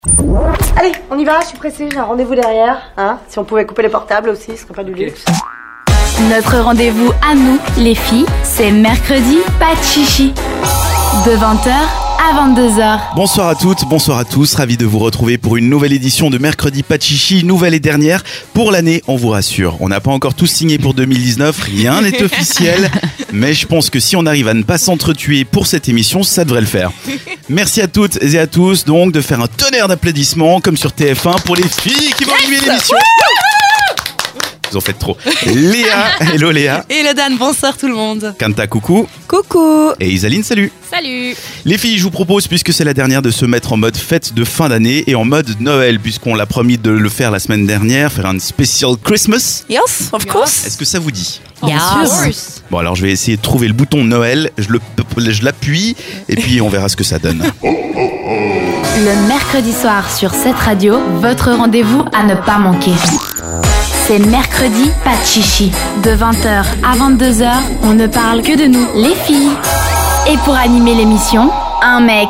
Allez, on y va, je suis pressée, j'ai un rendez-vous derrière. Hein, si on pouvait couper les portables aussi, ce serait pas du luxe. Notre rendez-vous à nous, les filles, c'est mercredi, pas de chichi. De 20h à 22h. Bonsoir à toutes, bonsoir à tous, ravi de vous retrouver pour une nouvelle édition de Mercredi Pas de Chichi, nouvelle et dernière pour l'année, on vous rassure. On n'a pas encore tous signé pour 2019, rien n'est officiel, mais je pense que si on arrive à ne pas s'entretuer pour cette émission, ça devrait le faire. Merci à toutes et à tous donc de faire un tonnerre d'applaudissements comme sur TF1 pour les filles qui vont animer l'émission. Vous en faites trop. Léa, hello Léa. Hello Dan, bonsoir tout le monde. Kanta, coucou. Coucou. Et Isaline, salut. Salut. Les filles, je vous propose, puisque c'est la dernière, de se mettre en mode fête de fin d'année et en mode Noël, puisqu'on l'a promis de le faire la semaine dernière, faire un special Christmas. Yes, of course. Est-ce que ça vous dit ? Yes. Bon, alors je vais essayer de trouver le bouton Noël, je l'appuie et puis on verra ce que ça donne. Le mercredi soir sur cette radio, votre rendez-vous à ne pas manquer. C'est mercredi, pas de chichi. De 20h à 22h, on ne parle que de nous, les filles. Et pour animer l'émission, un mec.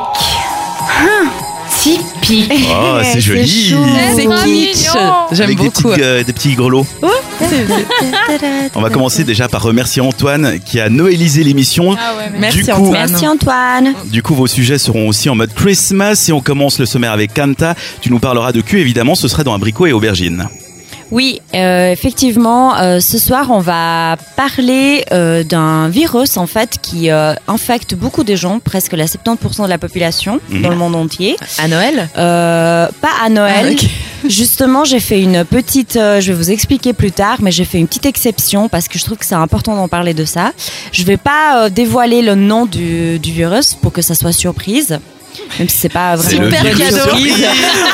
Typique. Oh, c'est joli. Chou. C'est trop kitsch. mignon. J'aime Avec beaucoup. des petits grelots. On va commencer déjà par remercier Antoine qui a noëlisé l'émission. Ah ouais, Merci Du coup- Antoine. Merci Antoine. Du coup, vos sujets seront aussi en mode Christmas et on commence le sommaire avec Kanta. Tu nous parleras de cul, évidemment, ce sera dans abricot et aubergine. Oui, effectivement, ce soir, on va parler d'un virus en fait qui infecte beaucoup de gens, presque la 70% de la population dans le monde entier. À Noël. Pas à Noël. Ah, ok. Justement, j'ai fait une petite, je vais vous expliquer plus tard, mais j'ai fait une petite exception parce que je trouve que c'est important d'en parler de ça. Je vais pas dévoiler le nom du virus pour que ça soit surprise. Même si c'est pas C'est vraiment le une virus surprise. surprise.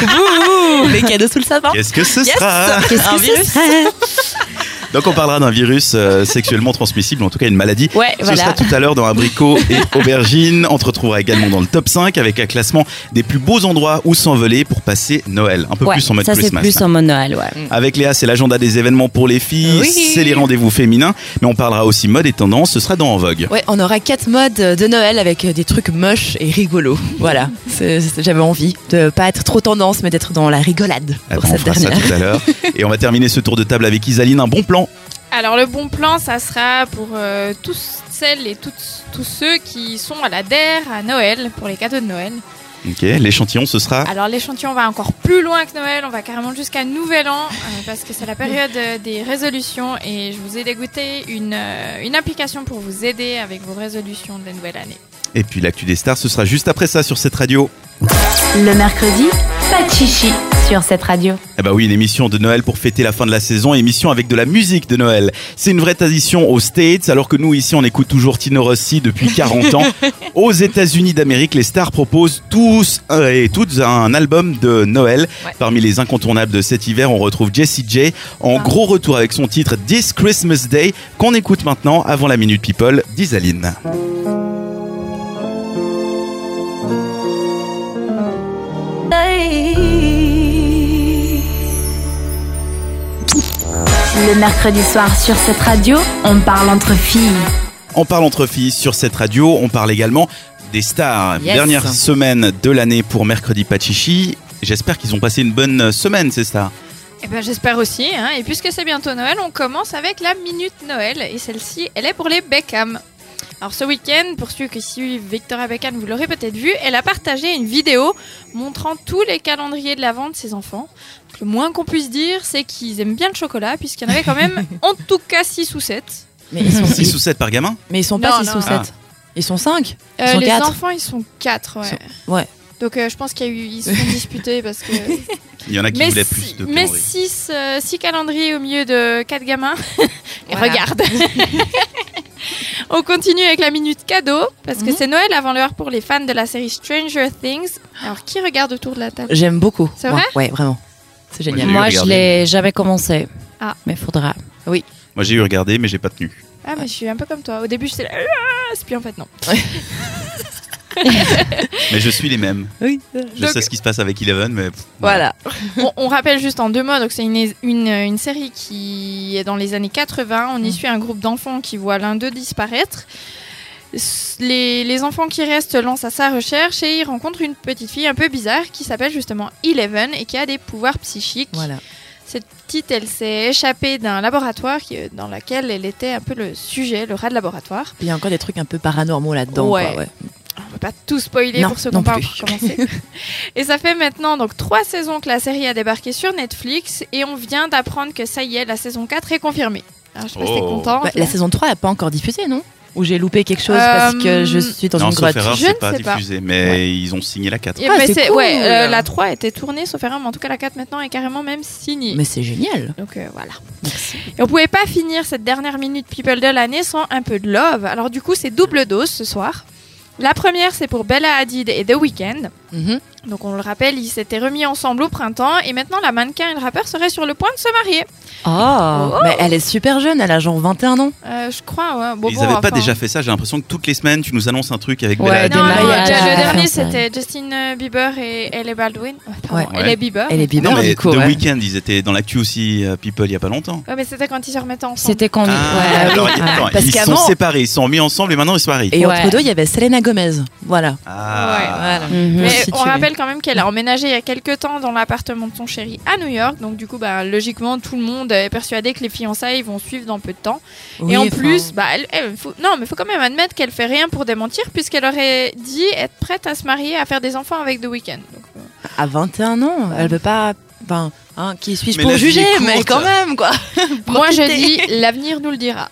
Ouh, les cadeaux sous le sapin. Qu'est-ce que ce Yes. sera ? Qu'est-ce Un que virus. ce serait ? Donc on parlera d'un virus sexuellement transmissible, en tout cas une maladie. Ouais, Ce voilà. sera tout à l'heure dans Abricot et Aubergine. On te retrouvera également dans le top 5 avec un classement des plus beaux endroits où s'envoler pour passer Noël. Un peu Ouais, plus en mode ça c'est Christmas. plus en mode Noël, ouais. Avec Léa, c'est l'agenda des événements pour les filles, Oui. c'est les rendez-vous féminins, mais on parlera aussi mode et tendance, ce sera dans En Vogue. Ouais, on aura 4 modes de Noël avec des trucs moches et rigolos. Voilà, j'avais envie de pas être trop tendance, mais d'être dans la rigolade pour On cette fera dernière. ça tout à l'heure. Et on va terminer ce tour de table avec Isaline, un bon plan. Alors le bon plan, ça sera pour tous celles et tous ceux qui sont à la DER à Noël, pour les cadeaux de Noël. Ok, l'échantillon, ce sera... Alors l'échantillon va encore plus loin que Noël, on va carrément jusqu'à Nouvel An, parce que c'est la période des résolutions et je vous ai dégoûté une application pour vous aider avec vos résolutions de la nouvelle année. Et puis l'actu des stars, ce sera juste après ça sur cette radio. Le mercredi, pas de chichi sur cette radio. Eh bah oui, une émission de Noël pour fêter la fin de la saison, émission avec de la musique de Noël. C'est une vraie tradition aux States, alors que nous ici on écoute toujours Tino Rossi depuis 40 ans. Aux États-Unis d'Amérique, les stars proposent tous et toutes un album de Noël. Ouais. Parmi les incontournables de cet hiver, on retrouve Jessie J en gros retour avec son titre This Christmas Day qu'on écoute maintenant avant la Minute People d'Isaline. Le mercredi soir sur cette radio, on parle entre filles. On parle entre filles sur cette radio, on parle également des stars. Yes. Dernière semaine de l'année pour Mercredi Pas de Chichi. J'espère qu'ils ont passé une bonne semaine, ces stars. Eh ben j'espère aussi, hein. Et puisque c'est bientôt Noël, on commence avec la Minute Noël et celle-ci, elle est pour les Beckham. Alors ce week-end, pour ceux qui suivent Victoria Beckham, vous l'aurez peut-être vu, elle a partagé une vidéo montrant tous les calendriers de l'Avent de ses enfants. Donc, le moins qu'on puisse dire, c'est qu'ils aiment bien le chocolat, puisqu'il y en avait quand même en tout cas 6 ou 7. Mais ils sont 6 ou 7 par gamin ? Mais ils sont pas Non, 6 non. ou 7. Ah. Ils sont 5. Ils sont Les 4. enfants, ils sont 4, ouais. Ouais. Donc je pense ils se sont disputés parce que... Il y en a qui voulaient plus de mais calendrier. 6 calendriers au milieu de 4 gamins. Et Voilà. regarde. On continue avec la minute cadeau parce que c'est Noël avant l'heure pour les fans de la série Stranger Things. Alors qui regarde autour de la table? J'aime beaucoup. C'est Moi. vrai Ouais, vraiment. C'est génial. J'ai eu Moi, je regardé. l'ai jamais commencé. Ah. Mais faudra. Moi j'ai eu regardé, mais j'ai pas tenu. Ah mais je suis un peu comme toi. Au début j'étais là, puis en fait non. Mais je suis les mêmes. Oui. Je Donc- sais ce qui se passe avec Eleven, mais... Voilà. On rappelle juste en 2 mots, donc c'est une série qui est dans les années 80. On y suit un groupe d'enfants qui voit l'un d'eux disparaître. Les enfants qui restent lancent à sa recherche et il rencontre une petite fille un peu bizarre qui s'appelle justement Eleven et qui a des pouvoirs psychiques. Voilà. Cette petite, elle s'est échappée d'un laboratoire dans lequel elle était un peu le sujet, le rat de laboratoire. Il y a encore des trucs un peu paranormaux là-dedans. Ouais. Quoi, ouais. On va pas tout spoiler Non, pour ceux qui non n'ont pas plus. encore commencé. Et ça fait maintenant donc 3 saisons que la série a débarqué sur Netflix et on vient d'apprendre que ça y est, la saison 4 est confirmée. Alors, je sais pas si t'es content. Bah, la saison 3 n'a pas encore diffusé, non? Ou j'ai loupé quelque chose parce que je suis dans Non, une sauf grotte. erreur, Je c'est ne pas sais pas. diffusé, mais ils ont signé la 4. Mais c'est cool. la 3 a été tournée sauf erreur, mais en tout cas la 4 maintenant est carrément même signée. Mais c'est génial. Donc voilà. Merci. Et on pouvait pas finir cette dernière minute People de l'année sans un peu de love. Alors du coup c'est double dose ce soir. La première c'est pour Bella Hadid et The Weeknd. Mhm. Donc on le rappelle, ils s'étaient remis ensemble au printemps et maintenant la mannequin et le rappeur seraient sur le point de se marier. Oh, mais elle est super jeune, elle a genre 21 ans. Je crois, ouais. Bon, Ils n'avaient pas déjà fait ça. J'ai l'impression que toutes les semaines, tu nous annonces un truc avec Ouais, Bella Hadid. Non, des mariages. le dernier ça. c'était Justin Bieber et Hailey Baldwin. Ouais. Hailey Bieber. Elle est Bieber Non, mais du coup. The ouais. Weeknd, ils étaient dans l'actu aussi, People, il y a pas longtemps. Ouais, mais c'était quand ils se remettaient ensemble. C'était quand. Ah, alors, attends, Parce ils se qu'avant- sont séparés, ils se sont mis ensemble et maintenant ils se marient. Et Ouais. entre deux, il y avait Selena Gomez. Voilà. Ah. Voilà. Mhm. Mais Si on tu rappelle quand même qu'elle a emménagé il y a quelques temps dans l'appartement de son chéri à New York. Donc du coup, logiquement, tout le monde est persuadé que les fiançailles vont suivre dans peu de temps. Oui, et en enfin, plus, faut quand même admettre qu'elle fait rien pour démentir puisqu'elle aurait dit être prête à se marier, à faire des enfants avec The Weeknd. Donc, à 21 ans, elle veut pas. Enfin, qui suis-je Mais pour la vie juger? est Mais courte. quand même, quoi. moi, je Profitez. dis l'avenir nous le dira.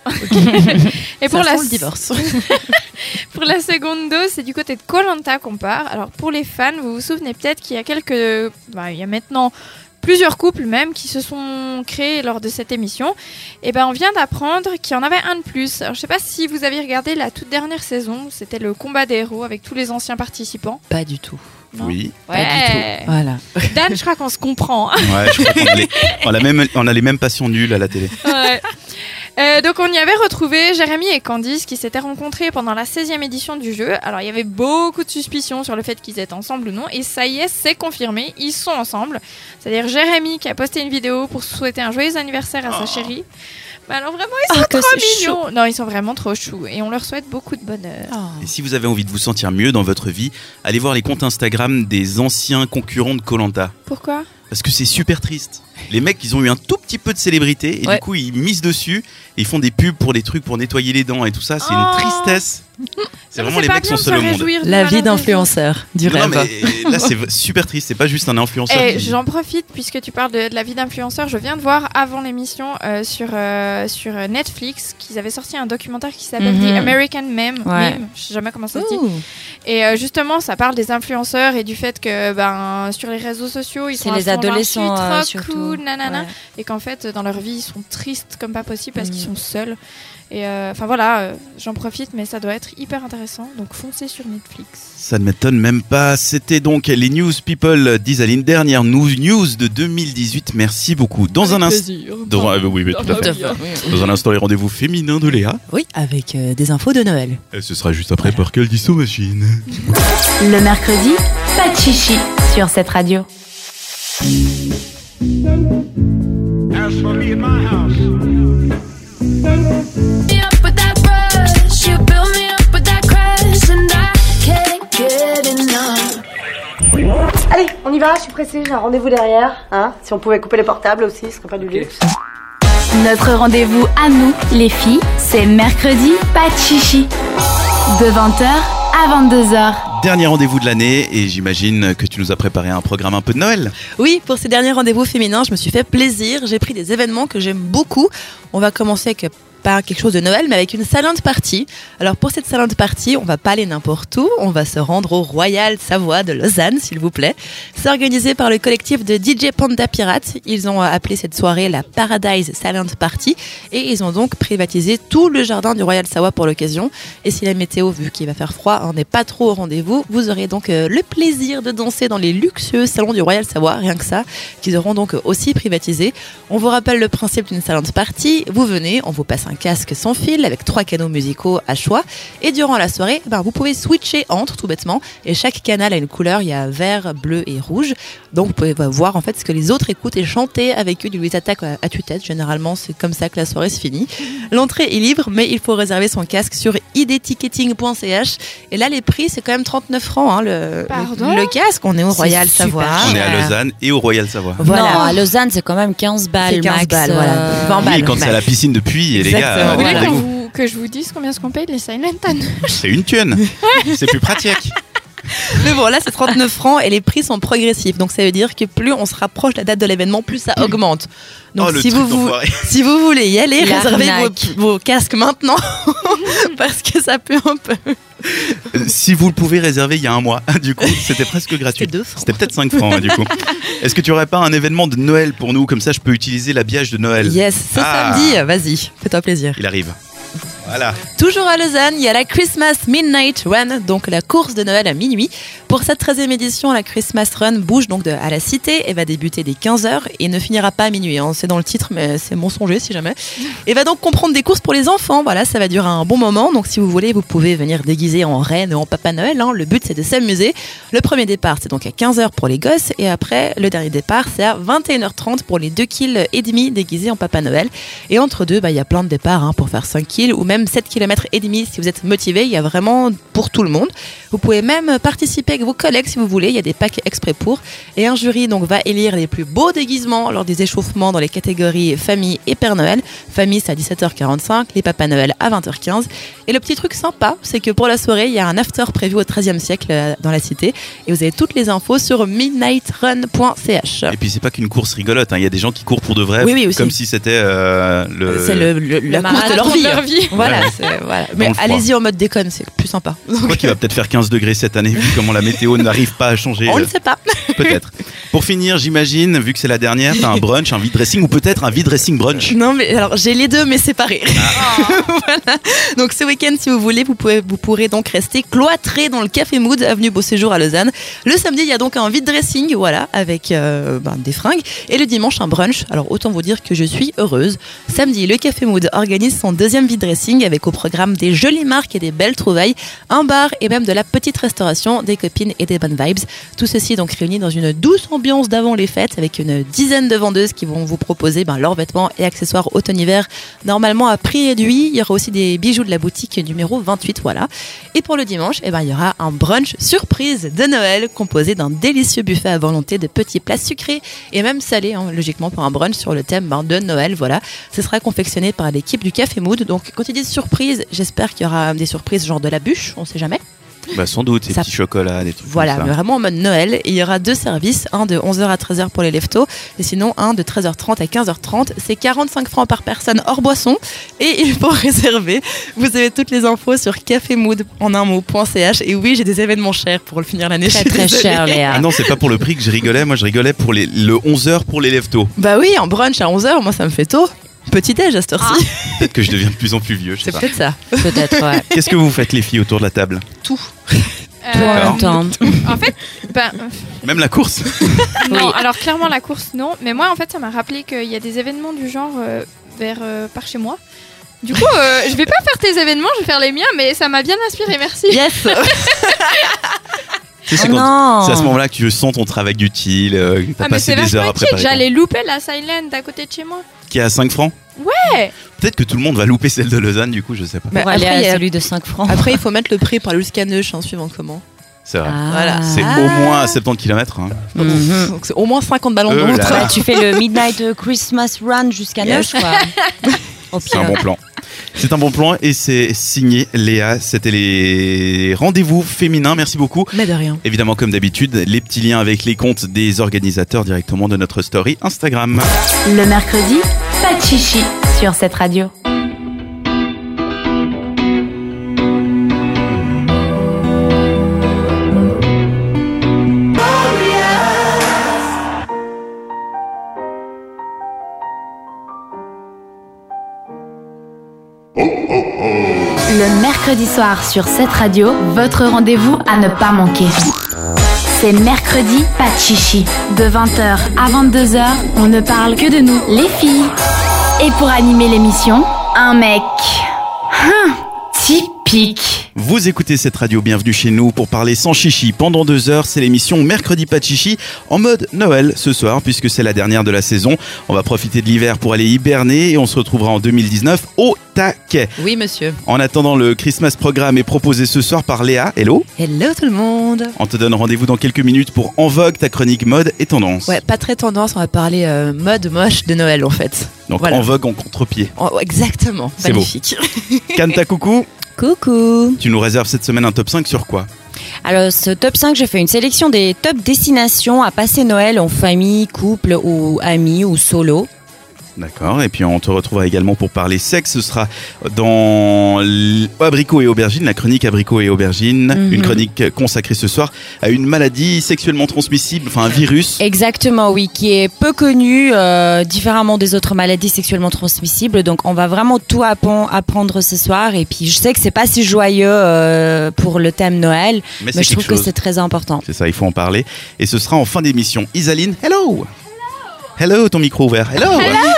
Et Ça pour la sent le divorce. Pour la seconde dose, c'est du côté de Koh-Lanta qu'on part. Alors pour les fans, vous vous souvenez peut-être qu'il y a il y a maintenant plusieurs couples même qui se sont créés lors de cette émission. Et on vient d'apprendre qu'il y en avait un de plus. Alors je sais pas si vous avez regardé la toute dernière saison, c'était le combat des héros avec tous les anciens participants. Pas du tout. Non. Oui. Pas du tout. Voilà. Dan, je crois qu'on se comprend. hein. Ouais, je crois on a les mêmes passions nulles à la télé. Ouais. Donc on y avait retrouvé Jérémy et Candice qui s'étaient rencontrés pendant la 16e édition du jeu. Alors il y avait beaucoup de suspicions sur le fait qu'ils étaient ensemble ou non. Et ça y est, c'est confirmé, ils sont ensemble. C'est-à-dire Jérémy qui a posté une vidéo pour souhaiter un joyeux anniversaire à sa chérie. Mais alors vraiment, ils sont que trop c'est mignons. Non, ils sont vraiment trop choux. Et on leur souhaite beaucoup de bonheur. Et si vous avez envie de vous sentir mieux dans votre vie, allez voir les comptes Instagram des anciens concurrents de Koh-Lanta. Pourquoi ? Parce que c'est super triste. Les mecs, ils ont eu un tout petit peu de célébrité et Ouais. du coup, ils misent dessus et ils font des pubs pour des trucs pour nettoyer les dents et tout ça. C'est Oh. une tristesse. C'est vraiment les pas mecs bien sont de seuls au se monde. réjouir du La malheur vie des d'influenceur, du Non, rêve. mais là, c'est super triste. C'est pas juste un influenceur. Et qui- j'en profite puisque tu parles de la vie d'influenceur. Je viens de voir avant l'émission sur Netflix qu'ils avaient sorti un documentaire qui s'appelle Mhm. The American Meme. Ouais. Meme, je sais jamais comment ça se dit. Ouh. Et justement, ça parle des influenceurs et du fait que sur les réseaux sociaux, ils C'est sont les à fond adolescents, leur vie, surtout. trop cool, nanana. Ouais. Et qu'en fait, dans leur vie, ils sont tristes comme pas possible parce Mhm. qu'ils sont seuls. Et voilà, j'en profite, mais ça doit être hyper intéressant. Donc foncez sur Netflix. Ça ne m'étonne même pas. C'était donc les News People d'Isaline, dernière news de 2018. Merci beaucoup. Dans un instant. Oui, tout à fait. Dans un instant, les rendez-vous féminins de Léa. Oui, avec des infos de Noël. Et ce sera juste après par quelle disso machine. Le mercredi, pas de chichi sur cette radio. As for me in my house. Allez, on y va, je suis pressée, j'ai un rendez-vous derrière. Hein, si on pouvait couper les portables aussi, ce serait pas du luxe. Notre rendez-vous à nous, les filles, c'est mercredi, pas de chichi. De 20h à 22h. Dernier rendez-vous de l'année et j'imagine que tu nous as préparé un programme un peu de Noël. Oui, pour ces derniers rendez-vous féminins, je me suis fait plaisir. J'ai pris des événements que j'aime beaucoup. On va commencer avec pas quelque chose de Noël, mais avec une silent party. Alors pour cette silent party, on va pas aller n'importe où. On va se rendre au Royal Savoie de Lausanne, s'il vous plaît. C'est organisé par le collectif de DJ Panda Pirate. Ils ont appelé cette soirée la Paradise Silent Party et ils ont donc privatisé tout le jardin du Royal Savoie pour l'occasion. Et si la météo, vu qu'il va faire froid, n'est pas trop au rendez-vous, vous aurez donc le plaisir de danser dans les luxueux salons du Royal Savoie, rien que ça, qu'ils auront donc aussi privatisé. On vous rappelle le principe d'une silent party. Vous venez, on vous passe un un casque sans fil avec 3 canaux musicaux à choix. Et durant la soirée, vous pouvez switcher entre, tout bêtement. Et chaque canal a une couleur. Il y a vert, bleu et rouge. Donc vous pouvez voir en fait ce que les autres écoutent et chanter avec eux du Louis Attaque à tue-tête. Généralement, c'est comme ça que la soirée se finit. L'entrée est libre, mais il faut réserver son casque sur idticketing.ch. Et là, les prix, c'est quand même 39 francs. Hein, le casque, on est au Royal Savoie. On est à Lausanne et au Royal Savoie. Voilà. Non, à Lausanne, c'est quand même 15 balles. C'est 15 max, balles, voilà. 20 balles. Oui, quand c'est à la piscine de Puy, et les gars. Vous voulez voilà. que je vous dise combien est-ce qu'on paye les Silent Anne? C'est une thune. C'est plus pratique. Mais bon, là, c'est 39 francs et les prix sont progressifs. Donc, ça veut dire que plus on se rapproche de la date de l'événement, plus ça augmente. Donc, si vous voulez y aller, réservez vos casques maintenant parce que ça peut un peu. Si vous le pouvez réserver il y a un mois, du coup, c'était presque gratuit. C'était peut-être 5 francs, du coup. Est-ce que tu aurais pas un événement de Noël pour nous? Comme ça, je peux utiliser l'habillage de Noël. Yes, ce samedi, vas-y, fais-toi plaisir. Il arrive. Voilà. Toujours à Lausanne, il y a la Christmas Midnight Run, donc la course de Noël à minuit. Pour cette 13e édition, la Christmas Run bouge donc à la Cité et va débuter dès 15h et ne finira pas à minuit. Hein. C'est dans le titre, mais c'est mensonger si jamais. Et va donc comprendre des courses pour les enfants. Voilà, ça va durer un bon moment. Donc si vous voulez, vous pouvez venir déguiser en reine ou en Papa Noël. Hein. Le but, c'est de s'amuser. Le premier départ, c'est donc à 15h pour les gosses. Et après, le dernier départ, c'est à 21h30 pour les 2,5 kg déguisés en Papa Noël. Et entre deux, il y a plein de départs pour faire 5 kg ou même 7,5 km si vous êtes motivé. Il y a vraiment pour tout le monde. Vous pouvez même participer avec vos collègues si vous voulez. Il y a des packs exprès pour. Et un jury donc va élire les plus beaux déguisements lors des échauffements dans les catégories famille et Père Noël. Famille, c'est à 17h45, les Papa Noël à 20h15. Et le petit truc sympa, c'est que pour la soirée, il y a un after prévu au XIIIe siècle dans la Cité. Et vous avez toutes les infos sur midnightrun.ch. Et puis c'est pas qu'une course rigolote, hein. Il y a des gens qui courent pour de vrai, oui, comme si c'était la course de leur vie. Voilà, voilà. Mais allez-y en mode déconne, c'est plus sympa. Je crois qu'il va peut-être faire 15 degrés cette année, vu comment la météo n'arrive pas à changer. On ne sait pas. Peut-être. Pour finir, j'imagine, vu que c'est la dernière, t'as un brunch, un vide dressing ou peut-être un vide dressing brunch. Non, mais alors j'ai les deux, mais séparés. Voilà. Donc ce week-end, si vous voulez, vous pourrez donc rester cloîtré dans le Café Mood, avenue Beau Séjour à Lausanne. Le samedi, il y a donc un vide dressing, voilà, avec des fringues. Et le dimanche, un brunch. Alors autant vous dire que je suis heureuse. Samedi, le Café Mood organise son deuxième vide dressing avec au programme des jolies marques et des belles trouvailles, un bar et même de la petite restauration, des copines et des bonnes vibes. Tout ceci donc réuni dans une douce ambiance d'avant les fêtes avec une dizaine de vendeuses qui vont vous proposer leurs vêtements et accessoires automne-hiver, normalement à prix réduit. Il y aura aussi des bijoux de la boutique numéro 28, voilà. Et pour le dimanche, il y aura un brunch surprise de Noël composé d'un délicieux buffet à volonté de petits plats sucrés et même salés, logiquement pour un brunch sur le thème de Noël, voilà. Ce sera confectionné par l'équipe du Café Mood. Donc quand ils disent surprise, j'espère qu'il y aura des surprises genre de la bûche, on sait jamais. Sans doute, des petits chocolats, des trucs voilà, comme ça. mais vraiment en mode Noël. Et il y aura 2 services, un de 11h à 13h pour les leftos, et sinon un de 13h30 à 15h30. C'est 45 francs par personne hors boisson. Et il faut réserver. Vous avez toutes les infos sur cafémood en un mot.ch. Et oui, j'ai des événements chers pour le finir l'année. Très cher, Léa. Ah non, c'est pas pour le prix que je rigolais. Moi, je rigolais pour le 11h pour les leftos. Bah oui, en brunch à 11h, moi ça me fait tôt. Petit déj à cette heure-ci. Peut-être que je deviens de plus en plus vieux, je sais pas. C'est peut-être ça. Peut-être, ouais. Qu'est-ce que vous faites les filles autour de la table? Tout. Tout en même temps. En fait, même la course. Non, alors clairement la course non, mais moi en fait ça m'a rappelé qu'il y a des événements du genre par chez moi. Du coup, je vais pas faire tes événements, je vais faire les miens, mais ça m'a bien inspiré, merci. Yes. C'est à ce moment-là que tu sens ton travail utile, t'as passé des heures à préparer. J'allais louper la Silent à côté de chez moi. Qui est à 5 francs? Ouais. Peut-être que tout le monde va louper celle de Lausanne, du coup, je sais pas. Pour aller à celui de 5 francs. Après, il faut mettre le prix pour aller jusqu'à Neuch, suivant comment. C'est vrai. Voilà. C'est au moins à 70 km. Hein. Donc c'est au moins 50 ballons de montre. Tu fais le Midnight Christmas Run jusqu'à Neuch, quoi. C'est un bon plan. C'est un bon plan et c'est signé Léa. C'était les rendez-vous féminins. Merci beaucoup. Mais de rien. Évidemment, comme d'habitude, les petits liens avec les comptes des organisateurs directement de notre story Instagram. Le mercredi, pas de chichi sur cette radio. Le mercredi soir sur cette radio, votre rendez-vous à ne pas manquer. C'est mercredi, pas de chichi. De 20h à 22h, on ne parle que de nous, les filles. Et pour animer l'émission, Un mec. Typique. Vous écoutez cette radio, bienvenue chez nous pour parler sans chichi. Pendant 2 heures, c'est l'émission Mercredi pas de chichi en mode Noël ce soir puisque c'est la dernière de la saison. On va profiter de l'hiver pour aller hiberner et on se retrouvera en 2019 au taquet. Oui, monsieur. En attendant, le Christmas programme est proposé ce soir par Léa. Hello. Hello tout le monde. On te donne rendez-vous dans quelques minutes pour En Vogue, ta chronique mode et tendance. Ouais, pas très tendance, on va parler mode moche de Noël en fait. Donc voilà. En Vogue en contre-pied. Exactement, C'est magnifique. Kanta, coucou. Coucou. Tu nous réserves cette semaine un top 5 sur quoi? Alors, ce top 5, j'ai fait une sélection des top destinations à passer Noël en famille, couple ou amis ou solo. D'accord, et puis on te retrouvera également pour parler sexe. Ce sera dans Abricot et Aubergine, la chronique Abricot et Aubergine. Une chronique consacrée ce soir à une maladie sexuellement transmissible, enfin un virus. Exactement, oui, qui est peu connu, différemment des autres maladies sexuellement transmissibles. Donc, on va vraiment tout apprendre ce soir. Et puis, je sais que c'est pas si joyeux pour le thème Noël, mais je trouve que c'est très important. C'est ça, il faut en parler. Et ce sera en fin d'émission. Isaline, hello. Hello, ton micro ouvert. Hello.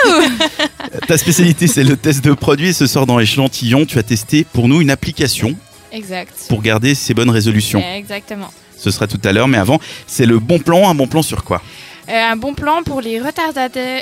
Ta spécialité, c'est le test de produit. Ce soir, dans l'échantillon, tu as testé pour nous une application Exact. pour garder ses bonnes résolutions. Exactement. Ce sera tout à l'heure, mais avant, c'est le bon plan. Un bon plan sur quoi? Un bon plan pour les retardataires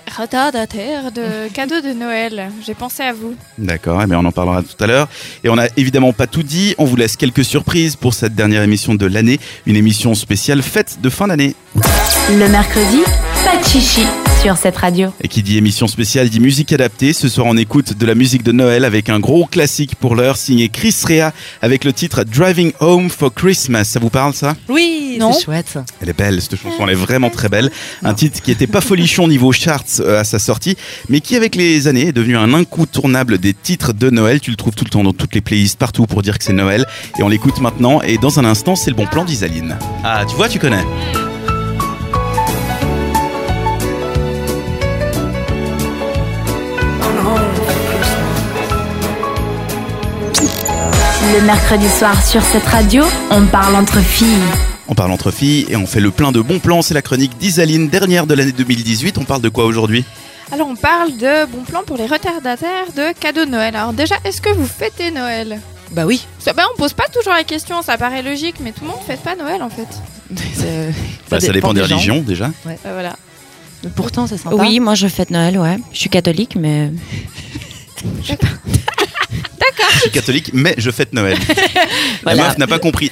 de cadeaux de Noël. J'ai pensé à vous. D'accord, eh bien on en parlera tout à l'heure. Et on n'a évidemment pas tout dit. On vous laisse quelques surprises pour cette dernière émission de l'année. Une émission spéciale fête de fin d'année. Le mercredi, pas de chichi sur cette radio. Et qui dit émission spéciale dit musique adaptée. Ce soir, on écoute de la musique de Noël avec un gros classique pour l'heure, signé Chris Rea avec le titre Driving Home for Christmas. Ça vous parle, ça? Oui, Non. c'est chouette. Elle est belle, cette chanson, elle est vraiment très belle. Un titre qui était pas folichon niveau charts à sa sortie, mais qui avec les années est devenu un incontournable des titres de Noël. Tu le trouves tout le temps dans toutes les playlists, partout pour dire que c'est Noël. Et on l'écoute maintenant. Et dans un instant, c'est le bon plan d'Isaline. Ah, tu vois, tu connais. Le mercredi soir sur cette radio, on parle entre filles. On parle entre filles et on fait le plein de bons plans. C'est la chronique d'Isaline, dernière de l'année 2018. On parle de quoi aujourd'hui? Alors, on parle de bon plan pour les retardataires de cadeaux de Noël. Alors déjà, est-ce que vous fêtez Noël? Bah oui. On pose pas toujours la question, ça paraît logique, mais tout le monde fête pas Noël en fait. Ça dépend des gens. religions déjà. Voilà. Mais pourtant, c'est sympa. Oui, moi je fête Noël, ouais. Je suis catholique, mais... Je suis catholique, mais je fête Noël. Voilà. La meuf n'a pas compris.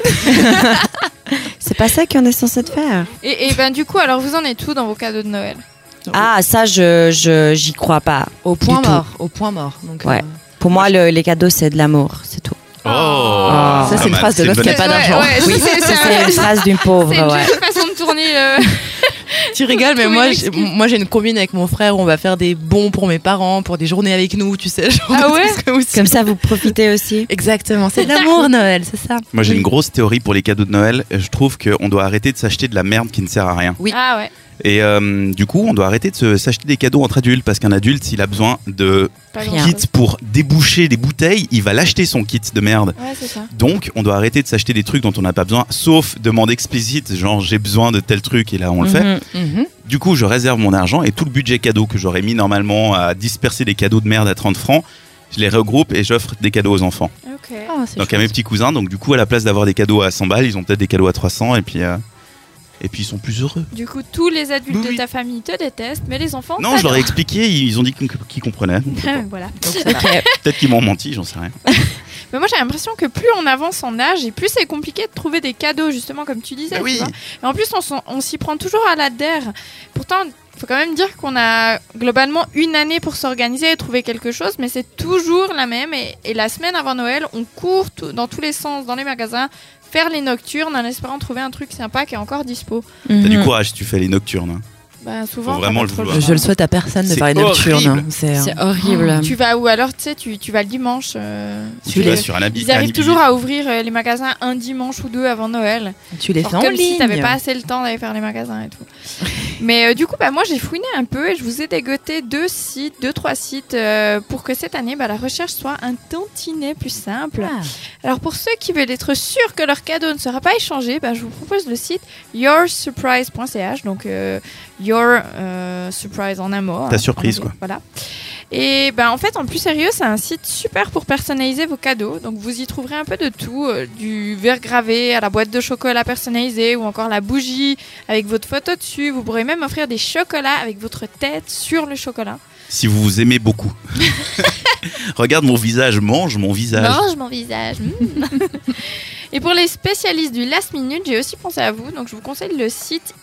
C'est pas ça qu'on est censé de faire. Et ben du coup, alors vous en êtes où dans vos cadeaux de Noël? Ah, ça, j'y crois pas. Au point Du tout. mort. Au point mort. Donc, Ouais. Pour moi, les cadeaux, c'est de l'amour, c'est tout. Oh, Ça, c'est pas une mal. phrase de C'est l'autre une qui a bonne- pas d'argent. Ouais, Oui, c'est une phrase d'une pauvre, C'est une ouais. jolie façon de tourner le... Tu rigoles, mais Trouver moi, une j'ai- excuse. moi j'ai une combine avec mon frère où on va faire des bons pour mes parents, pour des journées avec nous, tu sais. Genre Ah de ouais trucs aussi. Comme ça, vous profitez aussi. Exactement, c'est de l'amour Noël, c'est ça. Moi, j'ai Oui. une grosse théorie pour les cadeaux de Noël. Je trouve qu'on doit arrêter de s'acheter de la merde qui ne sert à rien. Oui. Ah ouais. Et du coup, on doit arrêter de s'acheter des cadeaux entre adultes parce qu'un adulte, s'il a besoin de Pas Rien. grand-chose. kit pour déboucher des bouteilles, il va l'acheter son kit de merde. Ouais, c'est ça. Donc, on doit arrêter de s'acheter des trucs dont on n'a pas besoin, sauf demande explicite, genre j'ai besoin de tel truc et là on le fait. Mhm. Mhm. Du coup, je réserve mon argent et tout le budget cadeau que j'aurais mis normalement à disperser des cadeaux de merde à 30 francs, je les regroupe et j'offre des cadeaux aux enfants. Ok. Ah, c'est Donc à mes petits cousins, donc du coup à la place d'avoir des cadeaux à 100 balles, ils ont peut-être des cadeaux à 300 et puis ils sont plus heureux. Du coup, tous les adultes Oui, oui. de ta famille te détestent, mais les enfants Non, je leur ai t'adorent. expliqué, ils ont dit qu'ils comprenaient. Voilà. Peut-être qu'ils m'ont menti, j'en sais rien. Mais moi, j'ai l'impression que plus on avance en âge et plus c'est compliqué de trouver des cadeaux, justement, comme tu disais. Bah oui. Tu vois. Et en plus, on s'y prend toujours à la der. Pourtant, il faut quand même dire qu'on a globalement une année pour s'organiser et trouver quelque chose, mais c'est toujours la même. Et la semaine avant Noël, on court dans tous les sens dans les magasins, faire les nocturnes en espérant trouver un truc sympa qui est encore dispo. T'as du Mhm. courage si tu fais les nocturnes. Hein. Bah, souvent, Faut t'as vraiment pas le trop vouloir. choix. Je le souhaite à personne de C'est faire une nocturne. horrible. hein. C'est C'est horrible. Tu vas ou alors tu sais tu vas le dimanche. Tu vas sur un habit. Ils arrivent toujours à ouvrir les magasins un dimanche ou deux avant Noël. tu les Genre fais en comme ligne. si t'avais pas assez le temps d'aller faire les magasins et tout. Mais du coup, moi j'ai fouiné un peu et je vous ai dégoté 2-3 sites pour que cette année la recherche soit un tantinet plus simple. Ah. Alors pour ceux qui veulent être sûrs que leur cadeau ne sera pas échangé, je vous propose le site yoursurprise.ch, donc your surprise en un mot. Ta hein, surprise, en quoi. anglais, Voilà. Et ben en fait, en plus sérieux, c'est un site super pour personnaliser vos cadeaux. Donc vous y trouverez un peu de tout, du verre gravé à la boîte de chocolat personnalisée ou encore la bougie avec votre photo dessus. Vous pourrez même offrir des chocolats avec votre tête sur le chocolat. Si vous vous aimez beaucoup. Regarde mon visage, mange mon visage. Mange mon visage. Et pour les spécialistes du last minute, j'ai aussi pensé à vous. Donc je vous conseille le site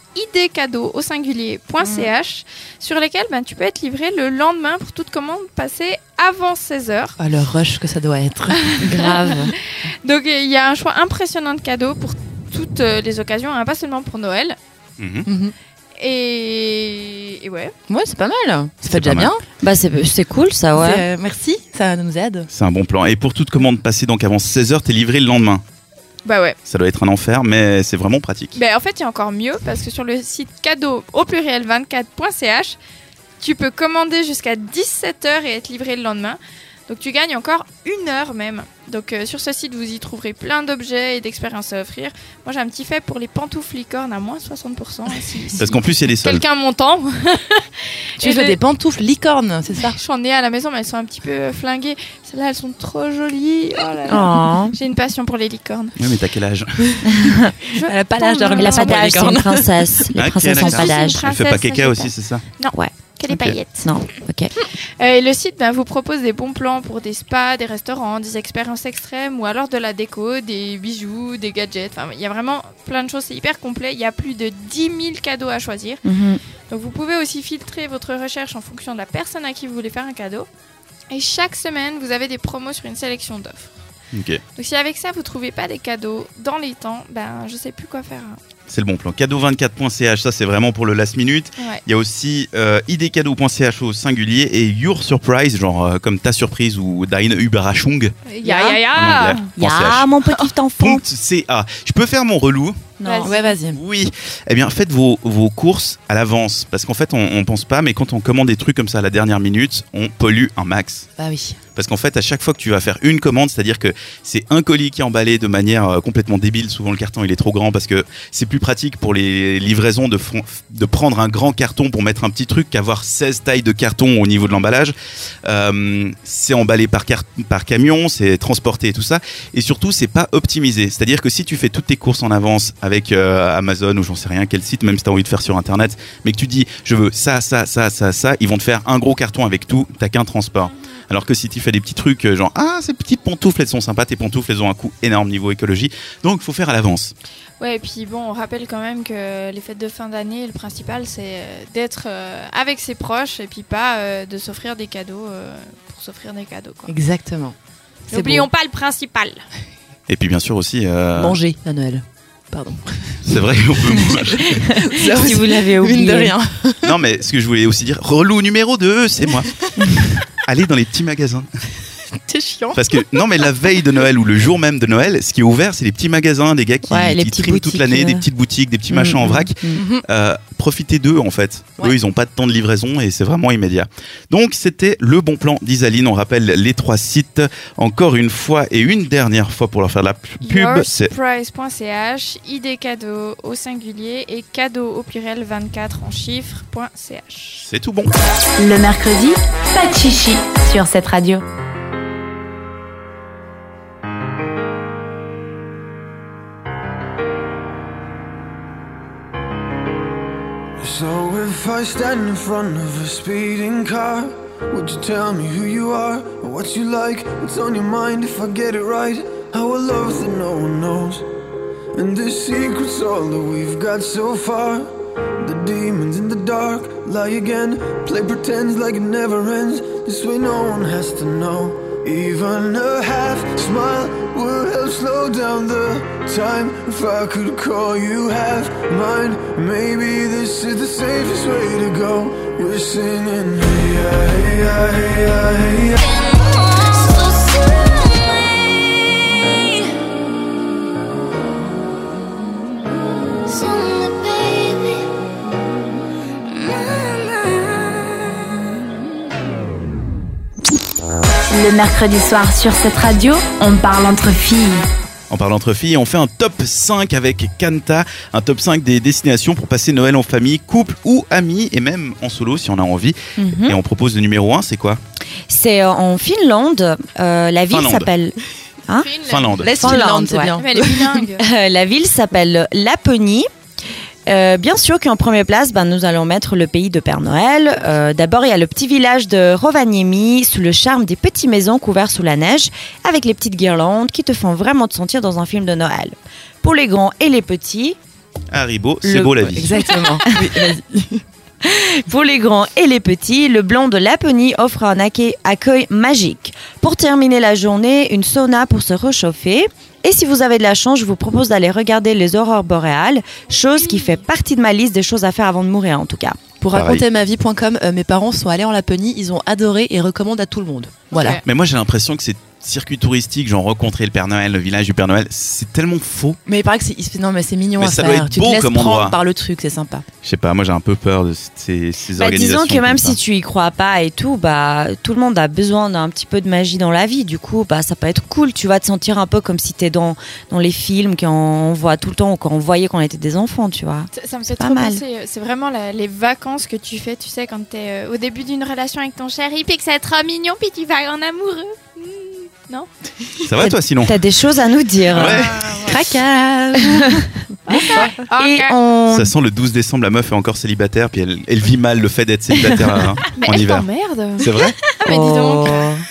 idcadeau.ch sur lesquels tu peux être livré le lendemain pour toute commande passée avant 16h. Ah, le rush que ça doit être. Grave. Donc il y a un choix impressionnant de cadeaux pour toutes les occasions, pas seulement pour Noël. Mhm. Et ouais. Ouais, c'est pas mal. Ça C'est fait déjà pas mal. bien. Bah c'est cool ça, ouais. Merci, ça nous aide. C'est un bon plan. Et pour toute commande passée donc avant 16h, t'es livré le lendemain. Bah ouais. Ça doit être un enfer, mais c'est vraiment pratique. En fait, il y a encore mieux parce que sur le site cadeau au pluriel 24.ch, tu peux commander jusqu'à 17h et être livré le lendemain. Donc tu gagnes encore 1 heure même. Donc sur ce site, vous y trouverez plein d'objets et d'expériences à offrir. Moi, j'ai un petit fait pour les pantoufles licornes à moins 60%. Si Parce qu'en plus, il y a des soldes. quelqu'un m'entend. Tu fais des pantoufles licornes, c'est ça? J'en ai à la maison, mais elles sont un petit peu flinguées. Celles-là, elles sont trop jolies. Oh là là. Oh. J'ai une passion pour les licornes. Oui, mais t'as quel âge? Elle a pas l'âge de Elle a Elle a remettre pas sur les d'âge, c'est une licornes. princesse. Les Ok, princesses n'ont d'accord. pas d'âge. Princesse, Elle fait pas ça, caca j'ai aussi, pas. c'est ça? Que les Ok. paillettes. Non, ok. Et le site vous propose des bons plans pour des spas, des restaurants, des expériences extrêmes ou alors de la déco, des bijoux, des gadgets. Enfin, il y a vraiment plein de choses, c'est hyper complet. Il y a plus de 10 000 cadeaux à choisir. Mhm. Donc vous pouvez aussi filtrer votre recherche en fonction de la personne à qui vous voulez faire un cadeau. Et chaque semaine, vous avez des promos sur une sélection d'offres. Ok, Donc si avec ça, vous trouvez pas des cadeaux dans les temps, je sais plus quoi faire. c'est le bon plan. Cadeau24.ch, ça c'est vraiment pour le last minute. Ouais. Il y a aussi idcadeau.ch au singulier et Your Surprise, genre comme ta surprise ou Deine Überraschung Ya en anglais. Ya, mon petit enfant. .ca. Je peux faire mon relou? Non. Ouais, vas-y. Oui. Eh bien, faites vos courses à l'avance. Parce qu'en fait, on pense pas, mais quand on commande des trucs comme ça à la dernière minute, on pollue un max. Bah oui. Parce qu'en fait, à chaque fois que tu vas faire une commande, c'est-à-dire que c'est un colis qui est emballé de manière complètement débile. Souvent, le carton, il est trop grand parce que c'est plus pratique pour les livraisons de prendre un grand carton pour mettre un petit truc qu'avoir 16 tailles de carton au niveau de l'emballage. C'est emballé par camion, c'est transporté et tout ça. Et surtout, c'est pas optimisé. C'est-à-dire que si tu fais toutes tes courses en avance avec Amazon ou j'en sais rien quel site, même si tu as envie de faire sur Internet, mais que tu dis, je veux ça, ils vont te faire un gros carton avec tout, t'as qu'un transport. Alors que si tu fais des petits trucs genre ces petites pantoufles elles sont sympas, tes pantoufles elles ont un coût énorme niveau écologie, donc il faut faire à l'avance. Ouais, et puis bon, on rappelle quand même que les fêtes de fin d'année, le principal c'est d'être avec ses proches et puis pas de s'offrir des cadeaux pour s'offrir des cadeaux, quoi. Exactement. C'est N'oublions beau. pas le principal. Et puis bien sûr aussi Manger à Noël. Pardon. c'est vrai qu'on peut manger. Si vous l'avez oublié. Mine de rien. Non mais ce que je voulais aussi dire, relou numéro 2, c'est moi. Allez dans les petits magasins. T'es chiant. Parce que non mais la veille de Noël ou le jour même de Noël, ce qui est ouvert c'est les petits magasins, des gars qui Les petites triment toute boutiques, l'année, des petites boutiques, des petits machins en vrac. Profitez d'eux en fait. Ouais. Eux ils ont pas de temps de livraison et c'est vraiment immédiat. Donc c'était le bon plan d'Isaline. On rappelle les 3 sites encore une fois et une dernière fois pour leur faire de la pub. C'est Yoursurprise.ch, ID cadeau au singulier et cadeau au pluriel 24 en chiffres.ch. c'est tout bon. Le mercredi, pas de chichi sur cette radio. So if I stand in front of a speeding car, would you tell me who you are, or what you like, what's on your mind? If I get it right, how a love that no one knows, and the secret's all that we've got so far. The demons in the dark lie again, play pretends like it never ends. This way no one has to know. Even a half smile would help slow down the time. If I could call you half mine, maybe this is the safest way to go. We're singing hey ya, hey ya, hey ya, hey ya. Le mercredi soir sur cette radio, on parle entre filles. On parle entre filles et on fait un top 5 avec Kanta, un top 5 des destinations pour passer Noël en famille, couple ou amis et même en solo si on a envie. Et on propose le numéro 1, c'est quoi? C'est en Finlande. La ville Finlande. s'appelle... Finlande. Laisse Finlande, Finlande, c'est ouais. bien. Mais elle est bilingue. La ville s'appelle Laponie. Bien sûr qu'en première place, nous allons mettre le pays de Père Noël. D'abord, il y a le petit village de Rovaniemi, sous le charme des petites maisons couvertes sous la neige, avec les petites guirlandes qui te font vraiment te sentir dans un film de Noël. Pour les grands et les petits... Haribo, c'est beau la vie. Exactement. Oui, vas-y. Pour les grands et les petits, le blanc de Laponie offre un accueil magique. Pour terminer la journée, une sauna pour se réchauffer. Et si vous avez de la chance, je vous propose d'aller regarder les aurores boréales, chose qui fait partie de ma liste des choses à faire avant de mourir en tout cas. Pour Pareil. raconter ma vie.com, mes parents sont allés en Laponie, ils ont adoré et recommandent à tout le monde. Voilà. Ok. Mais moi j'ai l'impression que c'est circuit touristique, genre rencontrer le Père Noël, le village du Père Noël, c'est tellement faux. Mais il paraît que non mais c'est mignon Mais à ça faire. doit être Tu beau te laisses comme prendre endroit. par le truc, c'est sympa. Je sais pas, moi j'ai un peu peur de ces organisations. Disons que même comme ça. si tu y crois pas et tout, tout le monde a besoin d'un petit peu de magie dans la vie. Du coup, ça peut être cool. Tu vas te sentir un peu comme si t'es dans les films qu'on voit tout le temps ou qu'on voyait quand on était des enfants, tu vois. Ça me fait pas trop mal. penser, c'est vraiment les vacances que tu fais, tu sais, quand t'es au début d'une relation avec ton chéri, puis que c'est trop mignon, puis tu vas en amoureux. Non? Ça va toi sinon? T'as des choses à nous dire. Ouais. Craquage. Et Ok. on... Ça sent le 12 décembre, la meuf est encore célibataire, puis elle vit mal le fait d'être célibataire Mais en elle hiver. t'emmerde. C'est vrai? Mais dis donc.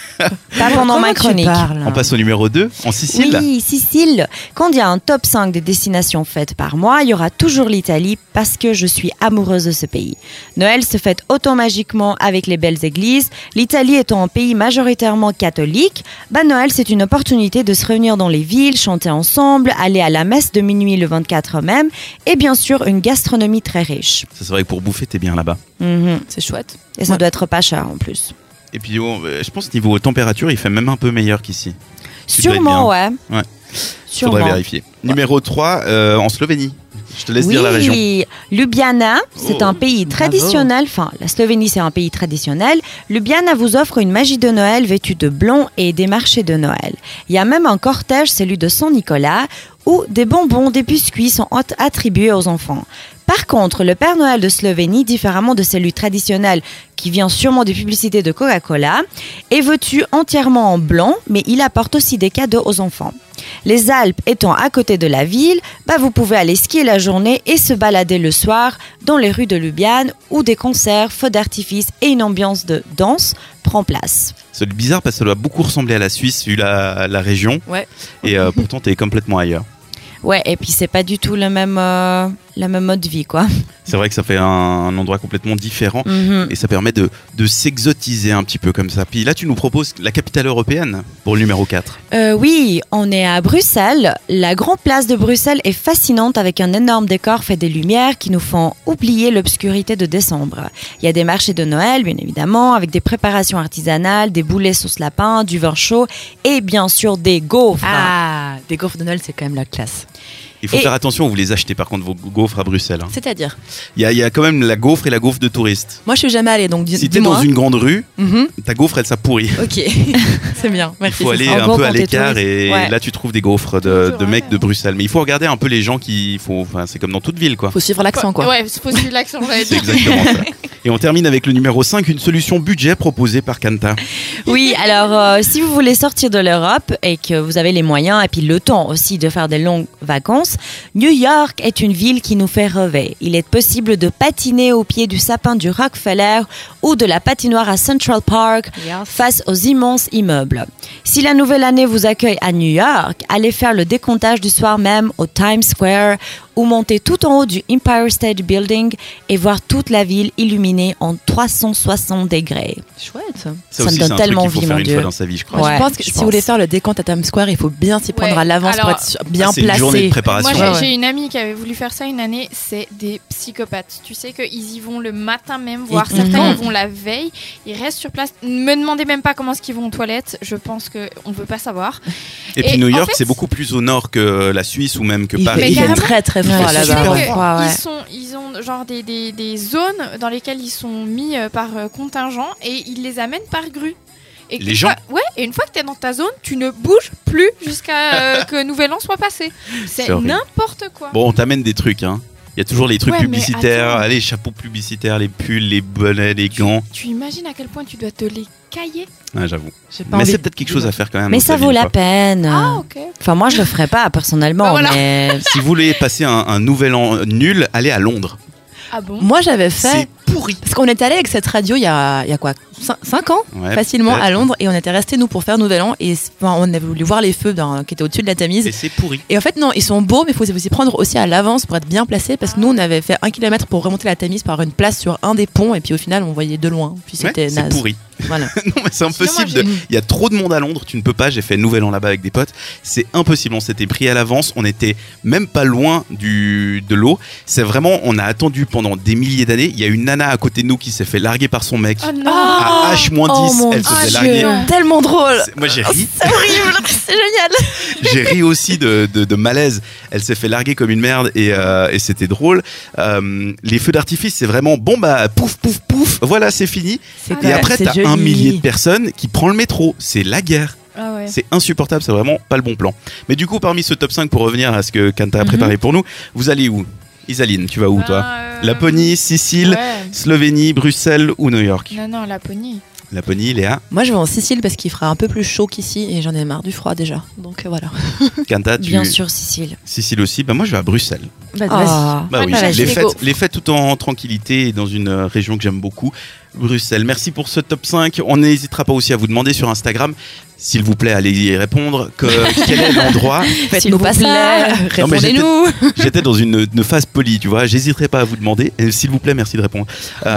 Pas pendant ma chronique. On passe au numéro 2, en Sicile. Oui, Sicile. Quand il y a un top 5 des destinations faites par mois, il y aura toujours l'Italie parce que je suis amoureuse de ce pays. Noël se fête autant magiquement avec les belles églises. L'Italie étant un pays majoritairement catholique, Noël c'est une opportunité de se réunir dans les villes, chanter ensemble, aller à la messe de minuit le 24 même et bien sûr une gastronomie très riche. Ça, c'est vrai que pour bouffer, t'es bien là-bas. C'est chouette. Et ça doit être pas cher en plus. Et puis je pense niveau température, il fait même un peu meilleur qu'ici. Tu dois être Sûrement, ouais. Ouais. Sûrement. Faudrait vérifier. Numéro 3, en Slovénie. Je te laisse dire la région. Oui, Ljubljana, c'est Oh, un pays traditionnel. Enfin, la Slovénie, c'est un pays traditionnel. Ljubljana vous offre une magie de Noël vêtue de blanc et des marchés de Noël. Il y a même un cortège, celui de Saint-Nicolas, où des bonbons, des biscuits sont attribués aux enfants. Par contre, le Père Noël de Slovénie, différemment de celui traditionnel qui vient sûrement des publicités de Coca-Cola, est vêtu entièrement en blanc, mais il apporte aussi des cadeaux aux enfants. Les Alpes étant à côté de la ville, vous pouvez aller skier la journée et se balader le soir dans les rues de Ljubljana où des concerts, feux d'artifice et une ambiance de danse prend place. C'est bizarre parce que ça doit beaucoup ressembler à la Suisse vu la région. Ouais. Et pourtant, t'es complètement ailleurs. Ouais, et puis c'est pas du tout la même mode de vie, quoi. C'est vrai que ça fait un endroit complètement différent Mhm. et ça permet de s'exotiser un petit peu comme ça. Puis là, tu nous proposes la capitale européenne pour le numéro 4. Oui, on est à Bruxelles. La grande place de Bruxelles est fascinante avec un énorme décor fait des lumières qui nous font oublier l'obscurité de décembre. Il y a des marchés de Noël, bien évidemment, avec des préparations artisanales, des boulets sauce lapin, du vin chaud et bien sûr des gaufres. Ah, des gaufres de Noël, c'est quand même la classe. Il faut Et- faire attention où vous les achetez par contre vos gaufres à Bruxelles. C'est-à-dire, Il y a quand même la gaufre et la gaufre de touriste. moi je suis jamais allée, donc Si t'es dis-moi. dans une grande rue, Mhm. ta gaufre elle s'appourrit. Ok, c'est bien. Il Merci. faut aller En un gros, peu à quand t'es l'écart touriste. et Ouais. là tu trouves des gaufres de mecs de Bruxelles. Mais il faut regarder un peu les gens enfin, c'est comme dans toute ville quoi. Faut suivre l'accent quoi. Ouais, faut suivre l'accent, j'allais C'est dire. exactement ça. Et on termine avec le numéro 5, une solution budget proposée par Kanta. Oui, alors si vous voulez sortir de l'Europe et que vous avez les moyens et puis le temps aussi de faire des longues vacances, New York est une ville qui nous fait rêver. Il est possible de patiner au pied du sapin du Rockefeller ou de la patinoire à Central Park face aux immenses immeubles. Si la nouvelle année vous accueille à New York, allez faire le décomptage du soir même au Times Square ou monter tout en haut du Empire State Building et voir toute la ville illuminée en 360 degrés. Chouette. Ça Ça me aussi, donne c'est un tellement truc qu'il faut envie, faire mon une Dieu. fois dans sa vie, je crois. Ouais, je pense que je si vous voulez pense. faire le décompte à Times Square, il faut bien s'y prendre Ouais. à l'avance pour Alors, être bien C'est une journée de placé. préparation. Moi, Ouais. j'ai une amie qui avait voulu faire ça une année. C'est des psychopathes. Tu sais qu'ils y vont le matin même, voire Mhm. certains y vont la veille. Ils restent sur place. Ne me demandez même pas comment est-ce qu'ils vont aux toilettes. Je pense qu'on ne veut pas savoir. Et puis Et New en York, fait- c'est beaucoup plus au nord que la Suisse ou même que Il Paris. fait, il fait carrément. très très froid Ouais, Tu sais là-bas. que froid, ouais. ils ont genre des zones dans lesquelles ils sont mis par contingent et ils les amènent par grue. Et Les gens. Et une fois que t'es dans ta zone, tu ne bouges plus jusqu'à que Nouvel An soit passé. C'est horrible. n'importe quoi. Bon, on t'amène des trucs, hein. Il y a toujours les trucs Ouais, mais publicitaires, attends. les chapeaux publicitaires, les pulls, les bonnets, les gants. Tu imagines à quel point tu dois te les cailler? Ah, j'avoue. J'ai pas Mais envie c'est de- peut-être quelque chose à faire quand même. Mais dans ça sa vie, vaut une la fois. peine. Ah, ok. Enfin, moi, je le ferais pas personnellement, Bah voilà. mais Si vous voulez passer un nouvel an nul, allez à Londres. Ah bon? Moi, j'avais fait. C'est pourri. Parce qu'on est allé avec cette radio il y a quoi 5 ans Ouais, facilement peut-être. à Londres et on était restés nous pour faire Nouvel An et on avait voulu voir les feux qui étaient au-dessus de la Tamise. Et c'est pourri. Et en fait non, ils sont beaux mais il faut s'y prendre aussi à l'avance pour être bien placé parce que nous on avait fait 1 kilomètre pour remonter la Tamise par une place sur un des ponts et puis au final on voyait de loin. Puis Ouais, c'était c'est naze. pourri. Voilà. Non, mais c'est impossible. Sinon, moi, Il y a trop de monde à Londres, tu ne peux pas. J'ai fait Nouvel An là-bas avec des potes. C'est impossible. On s'était pris à l'avance. On était même pas loin de l'eau. C'est vraiment, on a attendu pendant des milliers d'années. Il y a une nana à côté de nous qui s'est fait larguer par son mec. Oh non! À H-10, Oh mon elle se fait Dieu. larguer. Tellement drôle. Moi j'ai ri. C'est horrible, c'est génial. J'ai ri aussi de malaise. Elle s'est fait larguer comme une merde et c'était drôle. Les feux d'artifice, c'est vraiment bon bah pouf pouf pouf. Voilà, c'est fini. C'est Et après, c'est t'as joli. 1 millier de personnes qui prend le métro. C'est la guerre. Ah ouais. C'est insupportable, c'est vraiment pas le bon plan. Mais du coup, parmi ce top 5, pour revenir à ce que Kanta a préparé pour nous, vous allez où? Isaline, tu vas où toi? Laponie, Sicile, Ouais. Slovénie, Bruxelles ou New York? Non, Laponie. Laponie, Léa, Moi je vais en Sicile parce qu'il fera un peu plus chaud qu'ici et j'en ai marre du froid déjà. Donc voilà. Kanta, tu... bien sûr, Sicile. Sicile aussi, bah moi je vais à Bruxelles. Vas-y. Ah. Bah oui, Voilà, les je fêtes, go. les fêtes tout en tranquillité et dans une région que j'aime beaucoup, Bruxelles. Merci pour ce top 5. On n'hésitera pas aussi à vous demander sur Instagram, s'il vous plaît, allez y répondre, quel est l'endroit. Faites-nous pas ça. Non, mais Répondez-nous. J'étais dans une phase polie, tu vois. J'hésiterai pas à vous demander. Et s'il vous plaît, merci de répondre.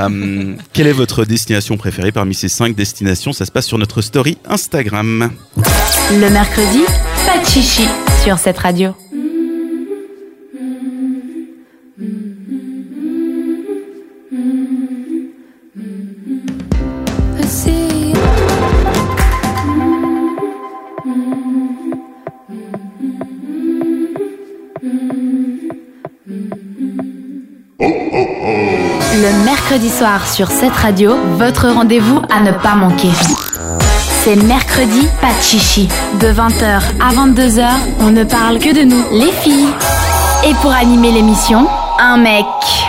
Quelle est votre destination préférée parmi ces 5 destinations? Ça se passe sur notre story Instagram. Le mercredi, pas de chichi sur cette radio. Le mercredi soir sur cette radio, votre rendez-vous à ne pas manquer. C'est mercredi, pas de chichi. De 20h à 22h, on ne parle que de nous, les filles. Et pour animer l'émission, un mec.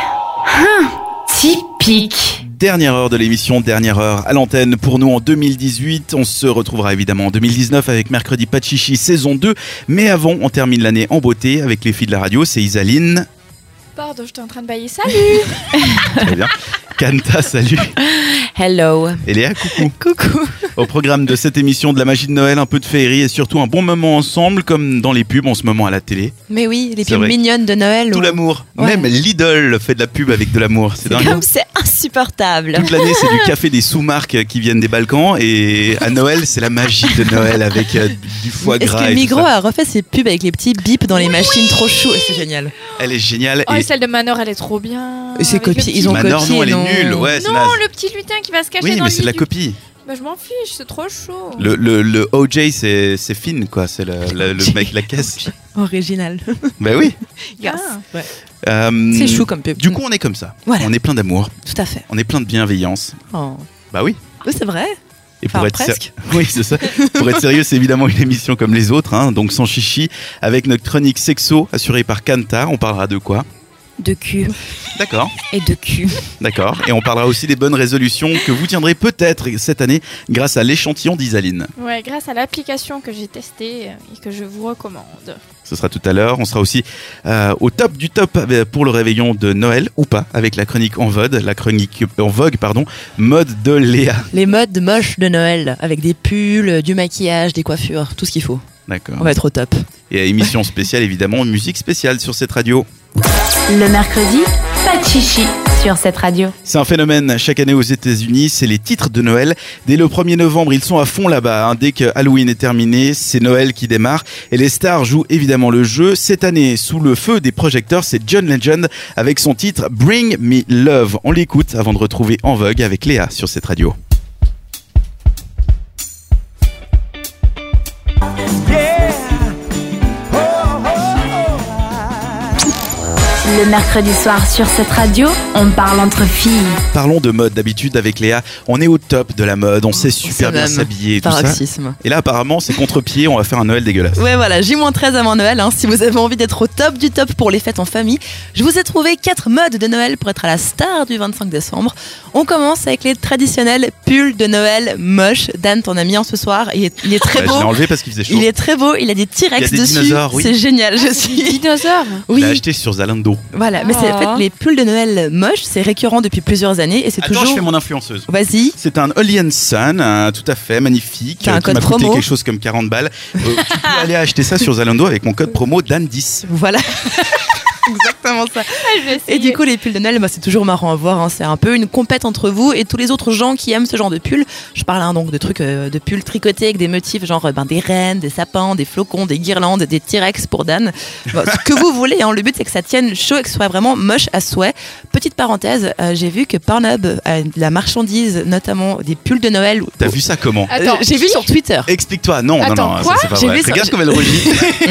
Typique. Dernière heure de l'émission, dernière heure à l'antenne pour nous en 2018. On se retrouvera évidemment en 2019 avec Mercredi Pas de Chichi saison 2. Mais avant, on termine l'année en beauté avec les filles de la radio. C'est Isaline. Pardon, j'étais en train de bailler. Salut! Très bien. Kanta, salut. Hello. Et Léa, coucou. Coucou. Au programme de cette émission, de la magie de Noël, un peu de féerie et surtout un bon moment ensemble, comme dans les pubs en ce moment à la télé. Mais oui, les C'est pubs vrai. mignonnes de Noël. Tout où- l'amour. Ouais. Même Lidl fait de la pub avec de l'amour. C'est dingue. Comme c'est insupportable. Toute l'année, c'est du café des sous-marques qui viennent des Balkans. Et à Noël, c'est la magie de Noël avec du foie Est-ce gras que et tout Migros ça. a refait ses pubs avec les petits bips dans les machines trop chauds? C'est génial. Elle est géniale. Oh, et et celle de Manor, elle est trop bien. Et c'est Avec le copié, petit- ils ont Manor, copié, non, elle est non. nulle. Ouais, c'est Non, naze. le petit lutin qui va se cacher Oui, dans mais le c'est de la lit du- copie. Bah, je m'en fiche, c'est trop chaud. Le OJ, c'est Finn, quoi. C'est le mec, la caisse. Original. Bah oui. Yes. Ah. Ouais. Euh, C'est chou comme pub. Du coup, on est comme ça. Voilà. On est plein d'amour. Tout à fait. On est plein de bienveillance. Oh. Bah oui. Oui, c'est vrai. Et Enfin, pour être presque. oui, c'est ça. Pour être sérieux, c'est évidemment une émission comme les autres, hein, donc sans chichi, avec notre chronique sexo assurée par Kanta. On parlera de quoi? De cul D'accord, et de cul. d'accord. Et on parlera aussi des bonnes résolutions que vous tiendrez peut-être cette année grâce à l'échantillon d'Isaline. Ouais, grâce à l'application que j'ai testée et que je vous recommande. Ce sera tout à l'heure. On sera aussi au top du top pour le réveillon de Noël ou pas, avec la chronique en vogue, mode de Léa. Les modes moches de Noël avec des pulls, du maquillage, des coiffures, tout ce qu'il faut. D'accord. On va être au top. Et émission spéciale évidemment, musique spéciale sur cette radio. Le mercredi, pas de chichi sur cette radio. C'est un phénomène chaque année aux États-Unis, c'est les titres de Noël. Dès le 1er novembre, ils sont à fond là-bas, hein. Dès que Halloween est terminé, c'est Noël qui démarre et les stars jouent évidemment le jeu. Cette année, sous le feu des projecteurs, c'est John Legend avec son titre Bring Me Love. On l'écoute avant de retrouver En Vogue avec Léa sur cette radio. Le mercredi soir sur cette radio, on parle entre filles. Parlons de mode. D'habitude, avec Léa, on est au top de la mode, on sait super bien s'habiller et tout ça. Paroxysme. Et là, apparemment, c'est contre-pied, on va faire un Noël dégueulasse. Ouais, voilà, J-13 avant Noël. Si vous avez envie d'être au top du top pour les fêtes en famille, je vous ai trouvé 4 modes de Noël pour être à la star du 25 décembre. On commence avec les traditionnels pulls de Noël moches. Dan, t'en as mis un ce soir. Il est très beau. Je l'ai enlevé parce qu'il faisait chaud. Il est très beau. Il a des T-Rex Il y a des dessus. dinosaures, oui. C'est génial. Je suis Dinosaure. Je l'ai acheté sur Zalando. Voilà, mais c'est en fait les pulls de Noël moches, c'est récurrent depuis plusieurs années et c'est Attends, toujours. je fais mon influenceuse. Vas-y. C'est un Holly Sun, tout à fait magnifique. T'as un qui code m'a coûté promo. quelque chose comme 40 balles. Tu peux aller acheter ça sur Zalando avec mon code promo Dan10. Voilà. Exactement ça. Je vais essayer. Et du coup, les pulls de Noël, c'est toujours marrant à voir. C'est un peu une compète entre vous et tous les autres gens qui aiment ce genre de pulls. Je parle donc de trucs de pulls tricotés avec des motifs genre des rennes, des sapins, des flocons, des guirlandes, des T-Rex pour Dan. Ce que vous voulez. Le but, c'est que ça tienne chaud et que ce soit vraiment moche à souhait. Petite parenthèse, j'ai vu que Pornhub a la marchandise, notamment des pulls de Noël. T'as vu ça comment? Attends, J'ai vu sur Twitter. Explique-toi. Non, Attends, non, quoi ça c'est pas J'ai vrai. vu ça- Regarde comme elle rougit.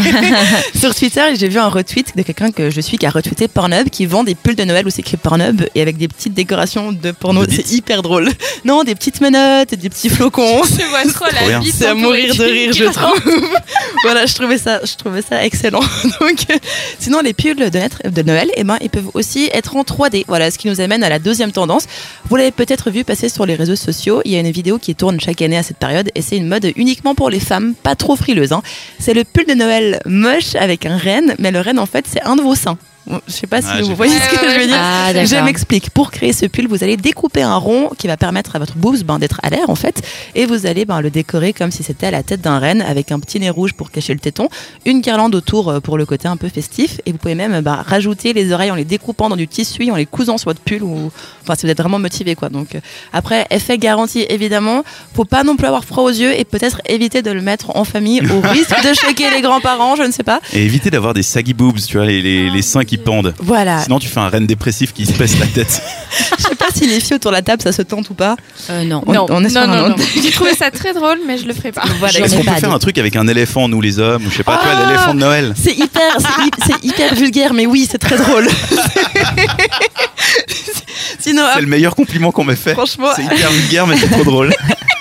Sur Twitter, j'ai vu un retweet de quelqu'un que je suis qui a retweeté Pornhub qui vend des pulls de Noël où c'est écrit Pornhub et avec des petites décorations de porno. De bites. C'est hyper drôle. Non, des petites menottes, des petits flocons. Je vois trop Trop la bien. bite C'est à mourir de rire, je trouve. trouve. Voilà, je trouvais ça excellent. Donc, sinon, les pulls de Noël, ils peuvent aussi être en 3D. Voilà, ce qui nous amène à la deuxième tendance. Vous l'avez peut-être vu passer sur les réseaux sociaux. Il y a une vidéo qui tourne chaque année à cette période et c'est une mode uniquement pour les femmes, pas trop frileuses. C'est le pull de Noël moche avec un renne, mais le renne, en fait, c'est un de vos seins. Je sais pas si vous voyez ce que je veux dire. Ah, Je d'accord. m'explique. Pour créer ce pull, vous allez découper un rond qui va permettre à votre boobs d'être à l'air en fait, et vous allez le décorer comme si c'était à la tête d'un renne avec un petit nez rouge pour cacher le téton, une guirlande autour pour le côté un peu festif, et vous pouvez même rajouter les oreilles en les découpant dans du tissu, en les cousant sur votre pull, ou enfin si vous êtes vraiment motivé quoi. Donc après, effet garanti évidemment. Faut pas non plus avoir froid aux yeux et peut-être éviter de le mettre en famille au risque de choquer les grands-parents, je ne sais pas. Et éviter d'avoir des saggy boobs, tu vois, les seins qui pendent. Voilà. Sinon, tu fais un renne dépressif qui se pèse la tête. Je sais pas si les filles autour de la table ça se tente ou pas. Non. On est sur un autre. J'ai trouvé ça très drôle, mais je le ferai pas. Voilà, J'en Est-ce ai qu'on peut pas faire de- un truc avec un éléphant, nous les hommes, ou je sais pas, tu vois, l'éléphant de Noël? C'est hyper vulgaire, mais oui, c'est très drôle. Sinon, C'est le meilleur compliment qu'on m'ait fait. franchement, C'est hyper vulgaire, mais c'est trop drôle.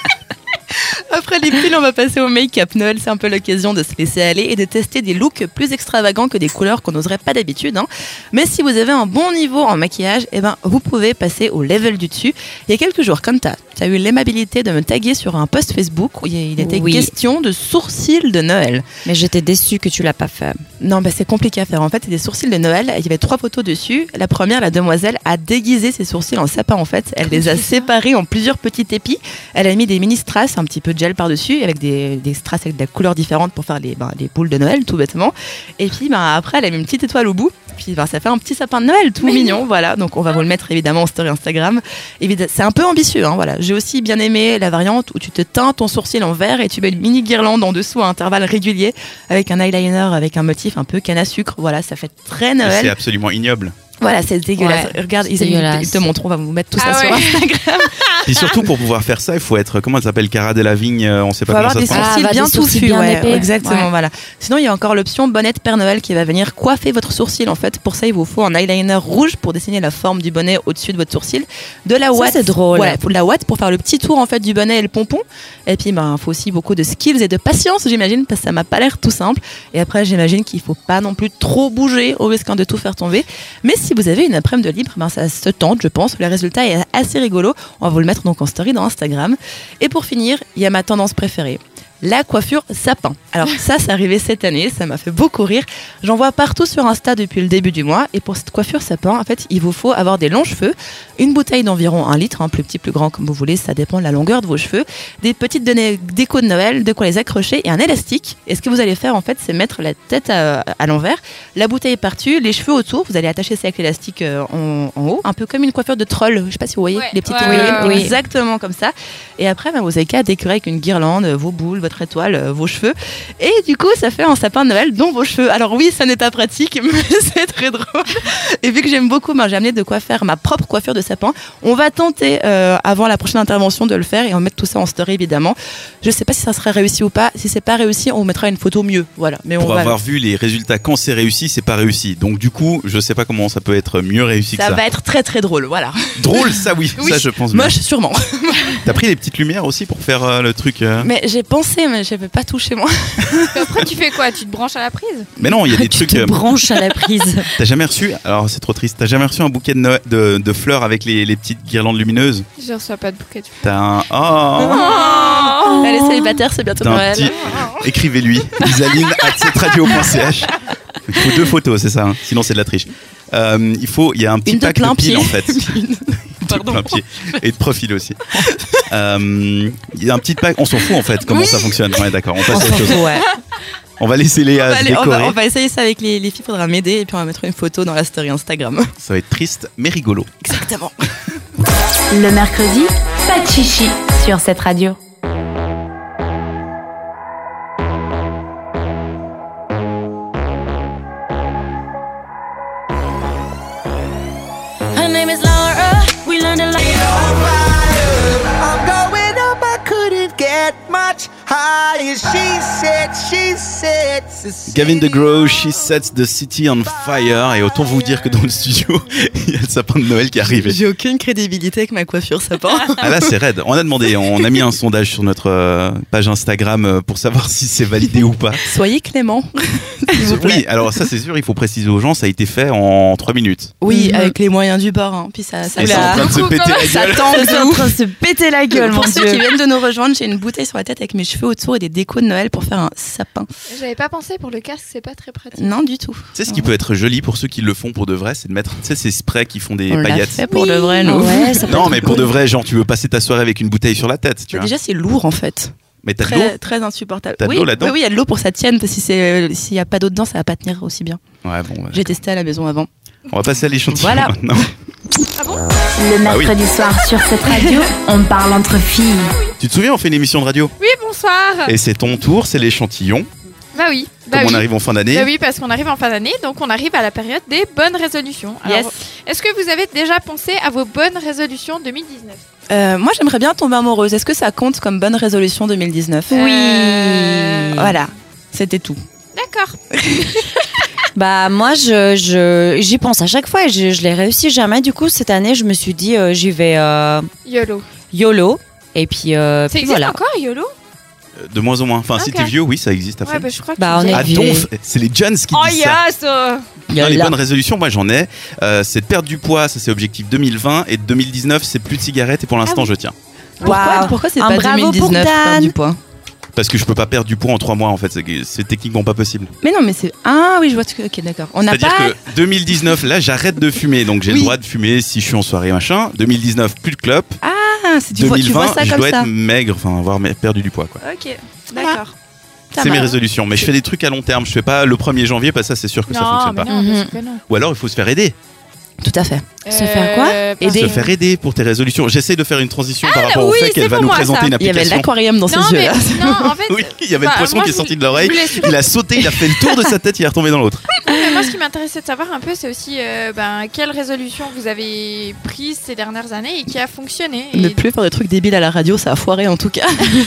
après les pulls, on va passer au make-up. Noël, c'est un peu l'occasion de se laisser aller et de tester des looks plus extravagants que des couleurs qu'on n'oserait pas d'habitude. Mais si vous avez un bon niveau en maquillage, vous pouvez passer au level du dessus. Il y a quelques jours, comme tu as eu l'aimabilité de me taguer sur un post Facebook où il était Oui. question de sourcils de Noël. Mais j'étais déçue que tu l'as pas fait. Non, c'est compliqué à faire. En fait, c'est des sourcils de Noël. Il y avait 3 photos dessus. La première, la demoiselle, a déguisé ses sourcils en sapin, en fait. Elle les a séparés en plusieurs petits épis. Elle a mis des mini strass, un petit peu de gel par-dessus, avec des strass avec des couleurs différentes pour faire les boules de Noël, tout bêtement. Et puis, après, elle a mis une petite étoile au bout. Puis, ça fait un petit sapin de Noël, tout mignon. Voilà. Donc, on va vous le mettre évidemment en story Instagram. C'est un peu ambitieux, voilà. J'ai aussi bien aimé la variante où tu te teintes ton sourcil en vert et tu mets une mini guirlande en dessous à intervalles réguliers avec un eyeliner avec un motif un peu canne à sucre. Voilà, ça fait très Et Noël. c'est absolument ignoble. Voilà, c'est dégueulasse. Ouais, Regarde, c'est dégueulasse. ils te montrent, on va vous mettre tout Ah ça sur ouais. Instagram. Et surtout, pour pouvoir faire ça, il faut être, comment elle s'appelle, Cara Delevingne, on sait Faut pas comment avoir ça des se prononce. sourcils Ah, bien des sourcils touffus, bien ouais, épais. exactement, Ouais. voilà. Sinon, il y a encore l'option bonnette Père Noël qui va venir coiffer votre sourcil, en fait. Pour ça, il vous faut un eyeliner rouge pour dessiner la forme du bonnet au-dessus de votre sourcil. De la Ça, ouate. c'est drôle. Voilà, faut de la ouate pour faire le petit tour, en fait, du bonnet et le pompon. Et puis, il faut aussi beaucoup de skills et de patience, j'imagine, parce que ça m'a pas l'air tout simple. Et après, j'imagine qu'il faut pas non plus trop bouger au risque de tout faire tomber. Mais si vous avez une après-midi de libre, ça se tente, je pense. Le résultat est assez rigolo. On va vous le mettre donc en story dans Instagram. Et pour finir, il y a ma tendance préférée. La coiffure sapin. Alors ça, c'est arrivé cette année, ça m'a fait beaucoup rire. J'en vois partout sur Insta depuis le début du mois. Et pour cette coiffure sapin, en fait, il vous faut avoir des longs cheveux, une bouteille d'environ 1 litre, plus petit, plus grand comme vous voulez, ça dépend de la longueur de vos cheveux, des petites déco de Noël, de quoi les accrocher et un élastique. Et ce que vous allez faire, en fait, c'est mettre la tête à l'envers, la bouteille par-dessus, les cheveux autour. Vous allez attacher ça avec l'élastique en haut, un peu comme une coiffure de troll. Je sais pas si vous voyez, Ouais, les petites ouais, aiguilles. ouais, ouais. Exactement comme ça. Et après, vous avez qu'à décorer avec une guirlande, vos boules, votre votre étoile, vos cheveux. Et du coup, ça fait un sapin de Noël dont vos cheveux. Alors oui, ça n'est pas pratique, mais c'est très drôle. Et vu que j'aime beaucoup, j'ai amené de quoi faire ma propre coiffure de sapin. On va tenter, avant la prochaine intervention, de le faire et on va mettre tout ça en story, évidemment. Je sais pas si ça sera réussi ou pas. Si c'est pas réussi, on mettra une photo mieux. Voilà. Mais Pour avoir vu les résultats quand c'est réussi, c'est pas réussi. Donc du coup, je sais pas comment ça peut être mieux réussi que ça. Ça va être très très drôle, voilà. Drôle, ça oui, ça je pense bien. Moche, sûrement. T'as pris les petites lumières aussi pour faire le truc Mais j'ai pensé, mais je vais pas toucher moi. Après, tu fais quoi? Tu te branches à la prise? Mais non, il y a des Tu trucs. te branches à la prise. T'as jamais reçu, alors c'est trop triste, t'as jamais reçu un bouquet de fleurs avec les petites guirlandes lumineuses? Je reçois pas de bouquet. T'as un. Elle est célibataire, c'est bientôt T'as un Noël. petit. Écrivez-lui, isaline@cetradio.ch. Il faut 2 photos, c'est ça, hein. Sinon c'est de la triche. Il y a un petit Une de pack de plein piles pied. en fait. Pardon. Plein pied. Et de profil aussi. Il y a un petit pack, on s'en fout en fait, comment ça fonctionne. Ouais, d'accord, on passe à autre chose. Ouais. On va laisser Léa se décorer. On va essayer ça avec les filles, faudra m'aider et puis on va mettre une photo dans la story Instagram. Ça va être triste mais rigolo. Exactement. Le mercredi, pas de chichi sur cette radio. Her name is Laura. We learned a lot. I'm going up, I couldn't get much higher. She said. Gavin DeGraw, She Sets the City on Fire. Et autant vous dire que dans le studio, il y a le sapin de Noël qui est arrivé. J'ai aucune crédibilité avec ma coiffure sapin. Ah là, c'est raide. On a demandé, on a mis un sondage sur notre page Instagram pour savoir si c'est validé ou pas. Soyez clément. s'il vous plaît. Oui, alors ça c'est sûr, il faut préciser aux gens, ça a été fait en 3 minutes. Oui, avec les moyens du bord. Hein. Puis ça Ils sont en train de se péter la ça gueule. tend C'est en train de se péter la gueule, mon Pour ceux Dieu. qui viennent de nous rejoindre, j'ai une bouteille sur la tête avec mes cheveux autour et des décos de Noël pour faire un sapin. J'avais pas pensé pour le casque, c'est pas très pratique. Non, du tout. Tu sais ce qui peut être joli pour ceux qui le font pour de vrai, c'est de mettre, tu sais, ces sprays qui font des On l'a paillettes. fait pour de vrai, nous. Ouais, ça peut Non, être mais pour cool. de vrai, genre tu veux passer ta soirée avec une bouteille sur la tête, tu vois. Déjà, c'est lourd en fait. Mais t'as de l'eau. Très, très insupportable. T'as de oui, l'eau là-dedans oui, il y a de l'eau pour que ça tienne, parce que s'il n'y a pas d'eau dedans, ça va pas tenir aussi bien. Ouais, bon, J'ai testé à la maison avant. on va passer à l'échantillon Voilà. maintenant. Le mercredi soir sur cette radio, on parle entre filles. Tu te souviens, on fait une émission de radio Oui, bonsoir. et c'est ton tour, c'est l'échantillon. Bah oui. Comme Bah on oui. arrive en fin d'année. Bah oui, parce qu'on arrive en fin d'année, donc on arrive à la période des bonnes résolutions. Alors, Yes. est-ce que vous avez déjà pensé à vos bonnes résolutions 2019? Moi, j'aimerais bien tomber amoureuse. Est-ce que ça compte comme bonne résolution 2019 Oui. Voilà, c'était tout. D'accord. Bah moi j'y pense à chaque fois et je l'ai réussi jamais. Du coup cette année je me suis dit j'y vais YOLO. YOLO et puis, Ça puis existe voilà. encore, YOLO? De moins en moins. Enfin, si Ok. t'es vieux, oui, ça existe à Ouais, fait. bah je crois que Bah, tu on disais- est Ah, vieux. donc, c'est les Jones qui Oh disent ça. yes Non, les Yola. bonnes résolutions, moi j'en ai. C'est de perdre du poids, ça c'est objectif 2020. Et 2019, c'est plus de cigarettes. Et pour l'instant, je tiens. Waouh. Pourquoi c'est Un pas bravo pour 2019 Dan. perdre du poids? Parce que je peux pas perdre du poids en 3 mois en fait. C'est techniquement pas possible. Mais non, mais c'est... Ah oui, je vois ce que... Ok, d'accord. On n'a C'est-à-dire pas... que 2019, là, j'arrête de fumer. Donc j'ai Oui. le droit de fumer si je suis en soirée, machin. 2019, plus de clope. Ah, tu vois 2020, ça je comme dois ça. être maigre, enfin avoir perdu du poids, quoi. Ok, d'accord. C'est mes résolutions. Mais je fais des trucs à long terme. Je fais pas le 1er janvier, parce que ça, c'est sûr que ça Non, fonctionne mais pas. non, Mhm. bien sûr que non. Ou alors, il faut se faire aider. Tout à fait. Se faire quoi parce Se que- faire aider pour tes résolutions. J'essaie de faire une transition par rapport au oui, fait c'est qu'elle va pour nous moi, présenter ça. une Il y avait application. l'aquarium dans ses Non, yeux, mais là. non, en fait. Oui, il y avait Bah, le poisson moi, qui est je sorti de l'oreille. voulais surtout- Il a sauté, il a fait le tour de sa tête, il est retombé dans l'autre. Mais moi, ce qui m'intéressait de savoir un peu, c'est aussi quelle résolution vous avez prise ces dernières années et qui a fonctionné. Ne Et- plus faire des trucs débiles à la radio, ça a foiré en tout cas.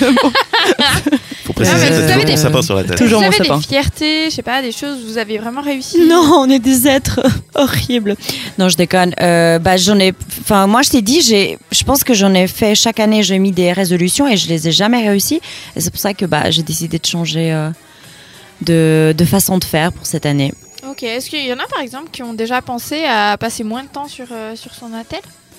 Faut préciser, mais t'as vous toujours avez ton des- sapin sur la tête. Toujours vous mon avez sapin. des fiertés, je sais pas, des choses où vous avez vraiment réussi. Non, on est des êtres horribles. Non, je déconne. Bah, enfin, moi, je t'ai dit, je pense que j'en ai fait chaque année, j'ai mis des résolutions et je les ai jamais réussies. Et c'est pour ça que bah, j'ai décidé de changer de façon de faire pour cette année. Ok, est-ce qu'il y en a par exemple qui ont déjà pensé à passer moins de temps sur son attel?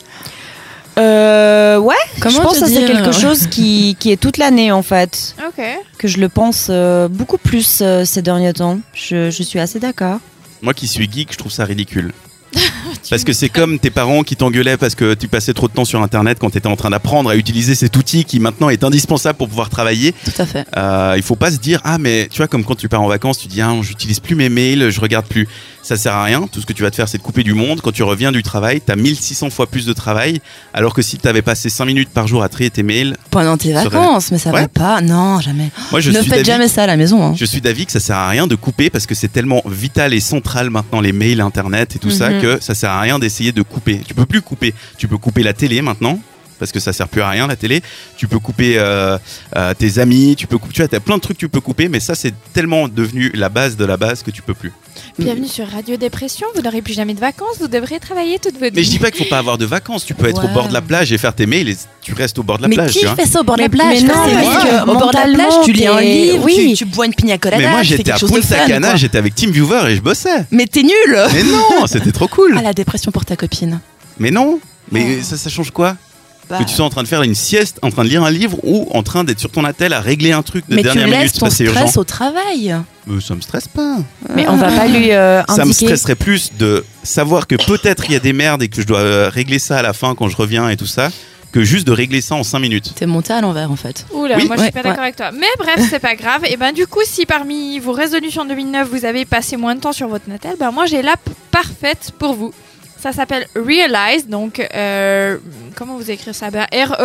Ouais. Comment je pense te que c'est dire, quelque ouais. chose qui est toute l'année en fait. Ok. Que je le pense beaucoup plus ces derniers temps. Je suis assez d'accord. Moi qui suis geek, je trouve ça ridicule. Parce que c'est comme tes parents qui t'engueulaient parce que tu passais trop de temps sur internet quand tu étais en train d'apprendre à utiliser cet outil qui maintenant est indispensable pour pouvoir travailler. Tout à fait. Il faut pas se dire ah mais tu vois comme quand tu pars en vacances tu dis ah j'utilise plus mes mails, je regarde plus. ça sert à rien. Tout ce que tu vas te faire, c'est de couper du monde. Quand tu reviens du travail, t'as 1600 fois plus de travail. Alors que si t'avais passé 5 minutes par jour à trier tes mails. Pendant tes vacances, mais ça va pas. Non, jamais. Moi, ne faites jamais ça à la maison. Hein. Je suis d'avis que ça sert à rien de couper parce que c'est tellement vital et central maintenant, les mails, internet et tout ça, que ça sert à rien d'essayer de couper. Tu peux plus couper. Tu peux couper la télé maintenant. Parce que ça sert plus à rien, la télé. Tu peux couper tes amis, tu as plein de trucs que tu peux couper, mais ça c'est tellement devenu la base de la base que tu peux plus. Bienvenue sur Radio Dépression, vous n'aurez plus jamais de vacances, vous devrez travailler toute votre vie. Mais je dis pas qu'il faut pas avoir de vacances, tu peux être au bord de la plage et faire tes mails et tu restes au bord de la plage. Mais qui fait ça au bord de la plage? Mais non, au bord de la plage, tu lis un livre, tu bois une pina colada. Mais moi j'étais à Punta Cana, j'étais avec TeamViewer et je bossais. Mais t'es nul. Mais non, c'était trop cool. Ah, la dépression pour ta copine. Mais non, mais ça change quoi? Que tu sois en train de faire une sieste, en train de lire un livre ou en train d'être sur ton attel à régler un truc de dernière minute. Mais tu laisses ton stress au travail. Ça me stresse pas. Mais on va pas lui indiquer. Ça me stresserait plus de savoir que peut-être il y a des merdes et que je dois régler ça à la fin quand je reviens et tout ça, que juste de régler ça en 5 minutes. T'es monté à l'envers en fait. Oula, moi je suis pas d'accord avec toi. Mais bref, c'est pas grave. Et ben du coup, si parmi vos résolutions 2009 vous avez passé moins de temps sur votre Natel, ben moi j'ai l'app parfaite pour vous. Ça s'appelle Realize, donc comment vous écrivez ça?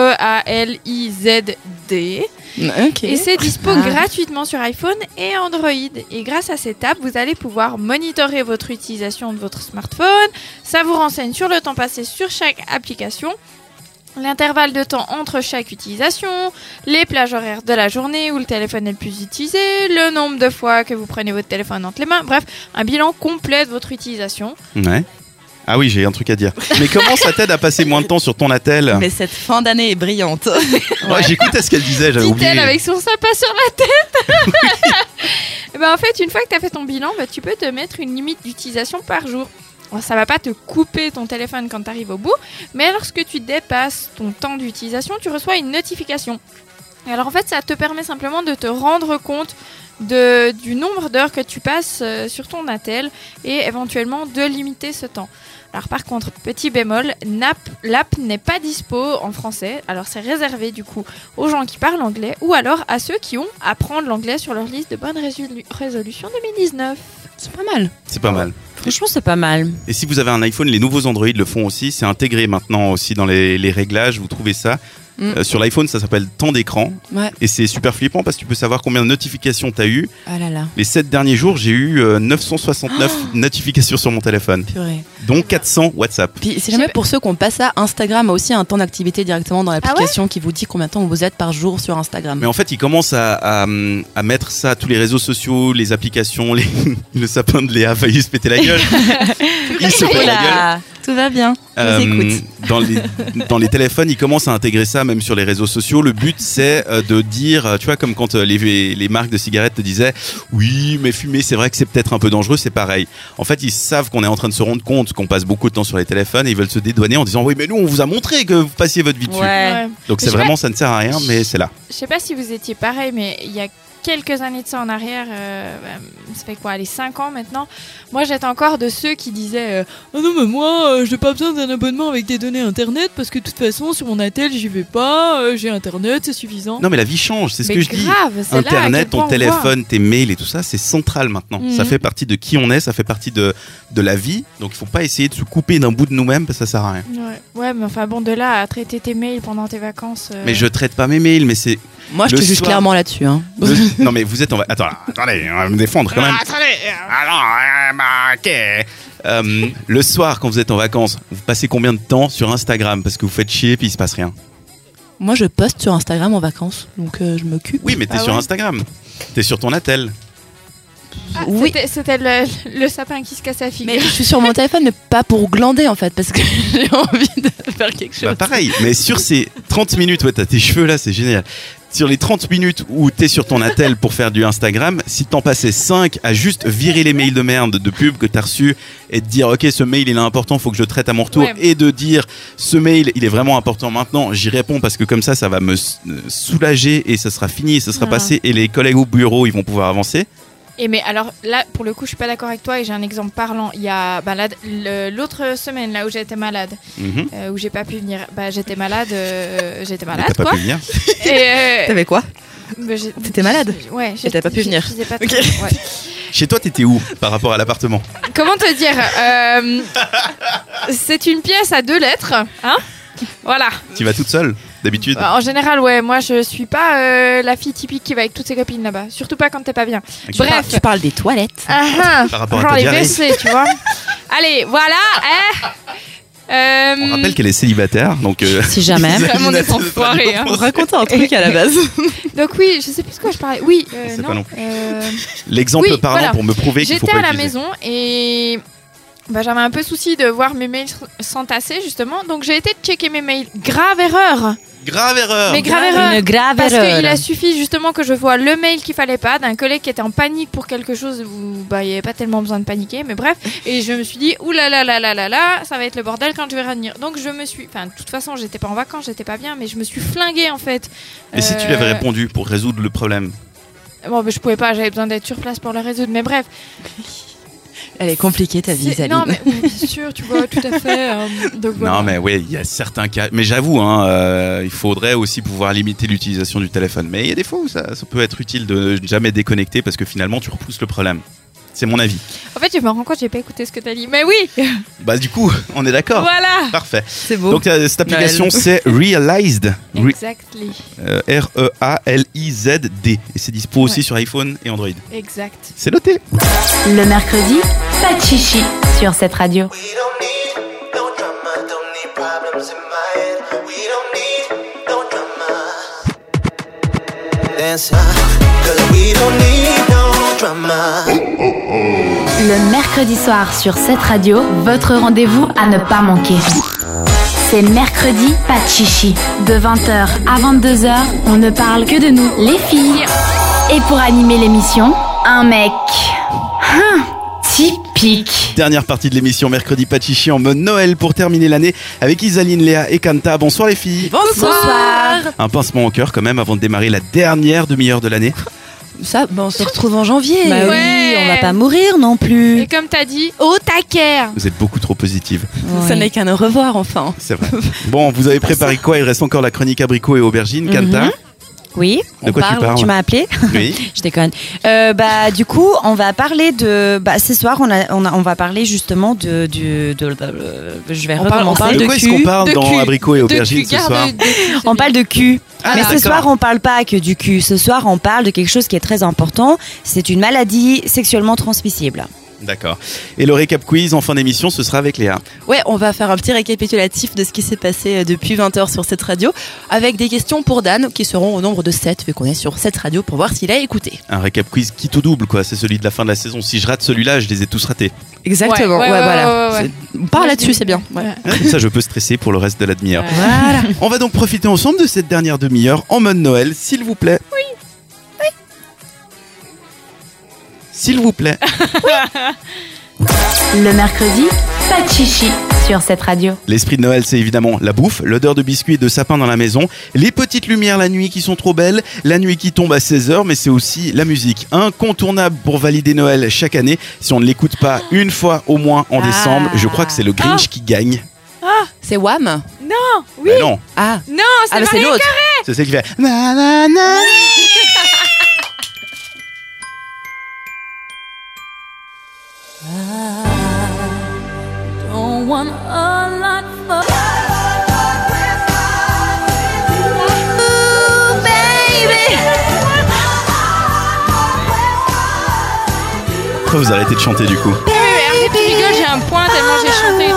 R-E-A-L-I-Z-D. Okay. Et c'est dispo gratuitement sur iPhone et Android. Et grâce à cette app, vous allez pouvoir monitorer votre utilisation de votre smartphone. Ça vous renseigne sur le temps passé sur chaque application, l'intervalle de temps entre chaque utilisation, les plages horaires de la journée où le téléphone est le plus utilisé, le nombre de fois que vous prenez votre téléphone entre les mains. Bref, un bilan complet de votre utilisation. Ouais. Ah oui, j'ai un truc à dire. Mais comment ça t'aide à passer moins de temps sur ton attel? Mais cette fin d'année est brillante. Ouais, j'écoutais ce qu'elle disait, j'avais oublié. Dit-elle avec son sapin sur la tête. Et ben en fait, une fois que tu as fait ton bilan, tu peux te mettre une limite d'utilisation par jour. Alors, ça va pas te couper ton téléphone quand tu arrives au bout, mais lorsque tu dépasses ton temps d'utilisation, tu reçois une notification. Et alors en fait, ça te permet simplement de te rendre compte du nombre d'heures que tu passes sur ton attel et éventuellement de limiter ce temps. Alors par contre, petit bémol, l'app n'est pas dispo en français, alors c'est réservé du coup aux gens qui parlent anglais ou alors à ceux qui ont à apprendre l'anglais sur leur liste de bonnes résolutions 2019. C'est pas mal. C'est pas mal. Franchement, c'est pas mal. Et si vous avez un iPhone, les nouveaux Android le font aussi, c'est intégré maintenant aussi dans les réglages, vous trouvez ça. Sur l'iPhone, ça s'appelle temps d'écran. Ouais. Et c'est super flippant parce que tu peux savoir combien de notifications tu as eu. Ah là là. Les 7 derniers jours, j'ai eu 969 notifications sur mon téléphone. Purée. Dont 400 WhatsApp. Puis si jamais pour ceux qui n'ont pas ça, Instagram a aussi un temps d'activité directement dans l'application qui vous dit combien de temps vous êtes par jour sur Instagram. Mais en fait, ils commencent à mettre ça à tous les réseaux sociaux, les applications, le sapin de Léa a failli se péter la gueule. Il se pète la gueule. Tout va bien. Écoute. Dans les téléphones, ils commencent à intégrer ça même sur les réseaux sociaux. Le but, c'est de dire, tu vois, comme quand les marques de cigarettes te disaient oui, mais fumer, c'est vrai que c'est peut-être un peu dangereux, c'est pareil. En fait, ils savent qu'on est en train de se rendre compte qu'on passe beaucoup de temps sur les téléphones et ils veulent se dédouaner en disant oui, mais nous, on vous a montré que vous passiez votre vie dessus. Ouais. Donc c'est vraiment, ça ne sert à rien, mais c'est là. Je sais pas si vous étiez pareil, mais il y a quelques années de ça en arrière, ça fait quoi, les 5 ans maintenant, moi j'étais encore de ceux qui disaient oh non mais moi j'ai pas besoin d'un abonnement avec des données internet parce que de toute façon sur mon attel j'y vais pas, j'ai internet, c'est suffisant. Non mais la vie change, c'est ce que je dis. C'est internet, ton téléphone, tes mails et tout ça, c'est central maintenant. Ça fait partie de qui on est, ça fait partie de la vie, donc il faut pas essayer de se couper d'un bout de nous-mêmes parce que ça sert à rien. Ouais, mais enfin bon, de là à traiter tes mails pendant tes vacances. Mais je traite pas mes mails, mais c'est. Moi je te juge clairement là-dessus. Hein. Non mais vous êtes attendez, on va me défendre quand même. Le soir quand vous êtes en vacances, vous passez combien de temps sur Instagram parce que vous faites chier puis il se passe rien? Moi je poste sur Instagram en vacances, donc je m'occupe. Oui mais t'es sur Instagram, t'es sur ton attel. Oui. C'était le sapin qui se casse la figure. Mais je suis sur mon téléphone, mais pas pour glander en fait, parce que j'ai envie de faire quelque chose. Bah pareil, mais sur ces 30 minutes, t'as tes cheveux là, c'est génial. Sur les 30 minutes où t'es sur ton attel pour faire du Instagram, si t'en passais 5 à juste virer les mails de merde de pub que t'as reçus et de dire ok ce mail il est important, faut que je le traite à mon retour, et de dire ce mail il est vraiment important maintenant, j'y réponds parce que comme ça va me soulager et ça sera fini, ça sera passé et les collègues au bureau ils vont pouvoir avancer. Et mais alors là, pour le coup, je suis pas d'accord avec toi et j'ai un exemple parlant. Il y a l'autre semaine là où j'étais malade, où j'ai pas pu venir. J'étais malade, T'as pas pu venir. Et t'avais quoi? T'étais malade? Ouais. Et t'as pas pu venir. Je sais pas okay. trop, ouais. Chez toi, t'étais où par rapport à l'appartement? Comment te dire c'est une pièce à 2 lettres, hein. Voilà. Tu vas toute seule, d'habitude? En général, ouais. Moi, je suis pas la fille typique qui va avec toutes ses copines là-bas. Surtout pas quand t'es pas bien. Ok. Bref. Tu parles des toilettes. Par rapport à genre ta les diarrhée. WC, tu vois. Allez, voilà. On rappelle qu'elle est célibataire, donc. Si jamais. Vraiment des enfoirés, hein. On racontait un truc à la base. Donc oui, je sais plus de quoi je parlais. Oui, Je sais non. pas non plus. L'exemple Oui, parlant voilà. pour me prouver qu'il faut J'étais pas à la utiliser. maison et j'avais un peu souci de voir mes mails s'entasser justement. Donc j'ai été checker mes mails. Grave erreur. Grave erreur. Mais grave erreur. Une grave Parce erreur. qu'il a suffi justement que je vois le mail qu'il fallait pas d'un collègue qui était en panique pour quelque chose où il n'y avait pas tellement besoin de paniquer, mais bref. Et je me suis dit, oulala, ça va être le bordel quand je vais revenir. Donc je me suis. Enfin, de toute façon, j'étais pas en vacances, j'étais pas bien, mais je me suis flinguée en fait. Et si tu lui avais répondu pour résoudre le problème? Bon, mais je pouvais pas, j'avais besoin d'être sur place pour le résoudre, mais bref. Elle est compliquée ta vie, Zaline. Non, mais bien sûr, tu vois, tout à fait. Donc, voilà. Non, mais oui, il y a certains cas. Mais j'avoue, hein, il faudrait aussi pouvoir limiter l'utilisation du téléphone. Mais il y a des fois où ça peut être utile de jamais déconnecter parce que finalement, tu repousses le problème. C'est mon avis. En fait, je me rends compte, j'ai pas écouté ce que t'as dit. Mais oui. Bah, du coup, on est d'accord. Voilà. Parfait. C'est beau. Donc, cette application, Noël. c'est Realized. Exactly. R-E-A-L-I-Z-D. Et c'est dispo aussi Ouais. sur iPhone et Android. Exact. C'est noté. Le mercredi, pas de chichi sur cette radio. We don't need no drama, don't need problems in my head. We don't need no drama. Dance, 'cause we don't need no drama. Le mercredi soir sur cette radio, votre rendez-vous à ne pas manquer. C'est mercredi, pas de chichi. De 20h à 22h, on ne parle que de nous, les filles. Et pour animer l'émission, un mec. Typique. Dernière partie de l'émission Mercredi Pas de Chichi en mode Noël pour terminer l'année avec Isaline, Léa et Kanta. Bonsoir les filles. Bonsoir. Un pincement au cœur quand même avant de démarrer la dernière demi-heure de l'année. Ça, on se retrouve en janvier. Bah Ouais. oui, on va pas mourir non plus. Et comme t'as dit, au taquet. Vous êtes beaucoup trop positive. Ça n'est qu'un au revoir, enfin. C'est vrai. Bon, vous avez préparé quoi? Il reste encore la chronique abricot et aubergine, Kanta. Oui, De quoi tu parles? tu m'as appelé. Oui. Je déconne. Du coup, on va parler de. Ce soir, on va parler justement de. Je vais on parle De de quoi est-ce cul, qu'on parle de dans cul, abricot et De aubergine cul, ce garde soir? On parle de cul. Ah, Mais ce d'accord. soir, on parle pas que du cul. Ce soir, on parle de quelque chose qui est très important. C'est une maladie sexuellement transmissible. D'accord. Et le récap quiz en fin d'émission, ce sera avec Léa. Ouais, on va faire un petit récapitulatif de ce qui s'est passé depuis 20h sur cette radio, avec des questions pour Dan, qui seront au nombre de 7, vu qu'on est sur cette radio, pour voir s'il a écouté. Un récap quiz qui tout double, quoi. C'est celui de la fin de la saison. Si je rate celui-là, je les ai tous ratés. Exactement, Ouais, voilà. ouais. On part là-dessus, c'est bien. Ouais. Comme ça, je peux stresser pour le reste de la demi-heure. Voilà. On va donc profiter ensemble de cette dernière demi-heure en mode Noël, s'il vous plaît. Oui. S'il vous plaît. Le mercredi, pas de chichi sur cette radio. L'esprit de Noël, c'est évidemment la bouffe, l'odeur de biscuits et de sapin dans la maison, les petites lumières la nuit qui sont trop belles, la nuit qui tombe à 16h, mais c'est aussi la musique incontournable pour valider Noël chaque année. Si on ne l'écoute pas une fois au moins en décembre, je crois que c'est le Grinch qui gagne. C'est Wham. Non, oui. Bah non, Ah, Non, c'est ah bah, c'est Marie. l'autre. c'est celle qui fait na, na, na. Don't want a lot for Pourquoi vous arrêtez de chanter du coup? Oui, arrête, tu rigoles, j'ai un point tellement j'ai chanté.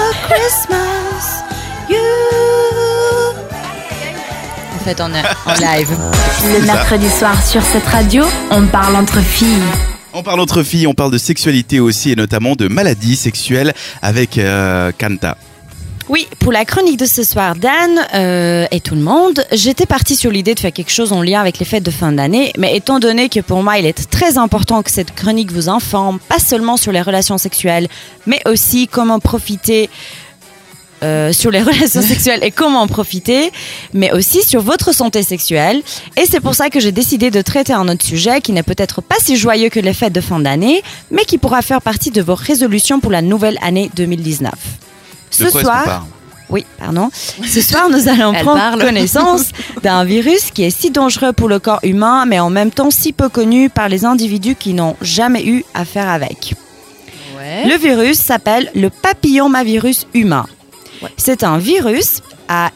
En fait, on est en live. Le mercredi soir sur cette radio, on parle entre filles. On parle entre filles, on parle de sexualité aussi et notamment de maladies sexuelles avec Kanta. Oui, pour la chronique de ce soir, Dan et tout le monde, j'étais partie sur l'idée de faire quelque chose en lien avec les fêtes de fin d'année, mais étant donné que pour moi, il est très important que cette chronique vous informe, pas seulement sur les relations sexuelles, mais aussi comment profiter sur les relations sexuelles et comment en profiter, mais aussi sur votre santé sexuelle. Et c'est pour ça que j'ai décidé de traiter un autre sujet qui n'est peut-être pas si joyeux que les fêtes de fin d'année, mais qui pourra faire partie de vos résolutions pour la nouvelle année 2019. De quoi est-ce qu'on parle? Oui, pardon. Ce soir, nous allons prendre connaissance d'un virus qui est si dangereux pour le corps humain, mais en même temps si peu connu par les individus qui n'ont jamais eu affaire avec. Ouais. Le virus s'appelle le papillomavirus humain. Ouais. C'est un virus à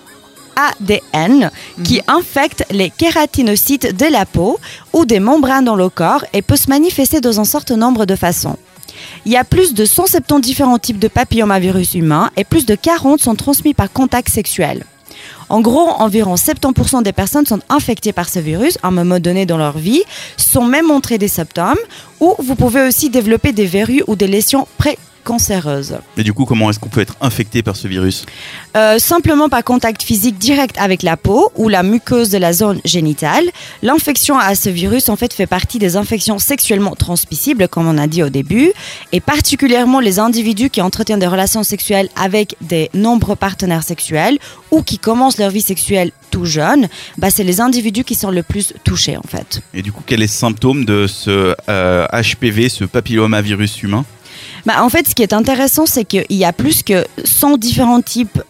ADN qui infecte les kératinocytes de la peau ou des membranes dans le corps et peut se manifester dans un certain nombre de façons. Il y a plus de 170 différents types de papillomavirus humains et plus de 40 sont transmis par contact sexuel. En gros, environ 70% des personnes sont infectées par ce virus à un moment donné dans leur vie, sans même montrer des symptômes, ou vous pouvez aussi développer des verrues ou des lésions cancéreuses. Mais du coup, comment est-ce qu'on peut être infecté par ce virus ? Simplement par contact physique direct avec la peau ou la muqueuse de la zone génitale. L'infection à ce virus en fait fait partie des infections sexuellement transmissibles, comme on a dit au début, et particulièrement les individus qui entretiennent des relations sexuelles avec des nombreux partenaires sexuels ou qui commencent leur vie sexuelle tout jeune, c'est les individus qui sont le plus touchés en fait. Et du coup, quels sont les symptômes de ce HPV, ce papillomavirus humain ? En fait, ce qui est intéressant, c'est qu'il y a plus que 100 différents types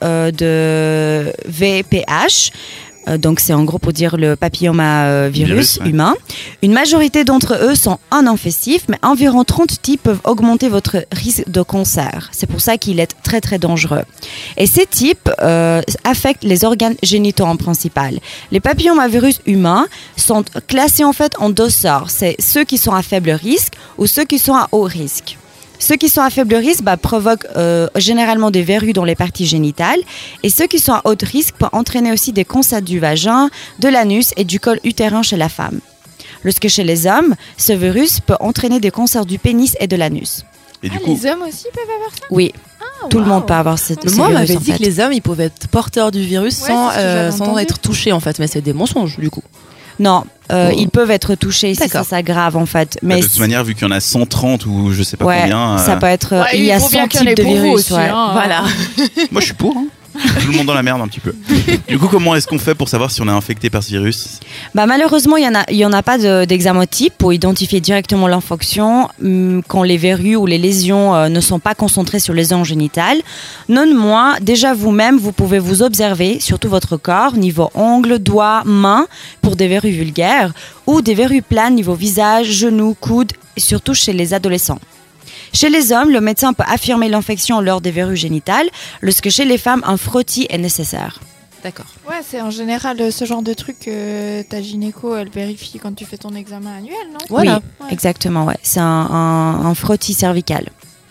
de VPH. Donc, c'est en gros pour dire le papillomavirus humain. Une majorité d'entre eux sont non-infectifs, mais environ 30 types peuvent augmenter votre risque de cancer. C'est pour ça qu'il est très, très dangereux. Et ces types affectent les organes génitaux en principal. Les papillomavirus humains sont classés en fait en deux sortes. C'est ceux qui sont à faible risque ou ceux qui sont à haut risque. Ceux qui sont à faible risque provoquent généralement des verrues dans les parties génitales et ceux qui sont à haut risque peuvent entraîner aussi des cancers du vagin, de l'anus et du col utérin chez la femme. Lorsque chez les hommes, ce virus peut entraîner des cancers du pénis et de l'anus. Et du coup, les hommes aussi peuvent avoir ça ? Oui. Tout le monde peut avoir ce virus. Moi, on m'avait dit que les hommes ils pouvaient être porteurs du virus sans être touchés en fait, mais c'est des mensonges du coup. Non, ils peuvent être touchés si ça s'aggrave en fait. Mais de toute manière, vu qu'il y en a 130 ou je sais pas combien. Ça peut être. Il y a 100 types de virus. Aussi, Voilà. Moi, je suis pour. Tout le monde dans la merde un petit peu. Du coup, comment est-ce qu'on fait pour savoir si on est infecté par ce virus ? Malheureusement, il y en a pas d'examen type pour identifier directement l'infection quand les verrues ou les lésions ne sont pas concentrées sur les zones génitales. Néanmoins, déjà vous-même, vous pouvez vous observer, surtout votre corps, niveau ongles, doigts, mains, pour des verrues vulgaires ou des verrues planes niveau visage, genoux, coudes, et surtout chez les adolescents. Chez les hommes, le médecin peut affirmer l'infection lors des verrues génitales, lorsque chez les femmes, un frottis est nécessaire. D'accord. Ouais, c'est en général ce genre de truc que ta gynéco, elle vérifie quand tu fais ton examen annuel, non ? Voilà. Oui, exactement, ouais. C'est un frottis cervical.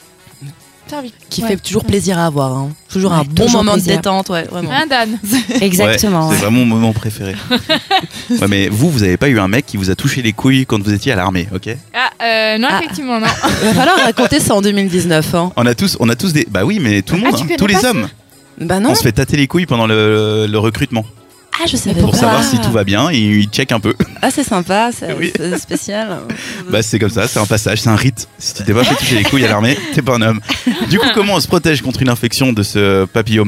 Qui fait toujours plaisir à avoir. Hein. Toujours un bon moment de détente, vraiment. Un Dan. Exactement. C'est vraiment mon moment préféré. Mais vous avez pas eu un mec qui vous a touché les couilles quand vous étiez à l'armée, ok ? Non, effectivement, non. Il va falloir raconter ça en 2019. Hein. On a tous des. Bah oui, mais tout le monde, tous les hommes. Bah non. On se fait tâter les couilles pendant le recrutement. Ah, je savais pour pas. savoir si tout va bien, il check un peu. Ah, c'est sympa, c'est spécial. C'est comme ça, c'est un passage, c'est un rite. Si tu t'es pas fait toucher les couilles à l'armée, t'es pas un homme. Du coup, comment on se protège contre une infection de ce papillomavirus ?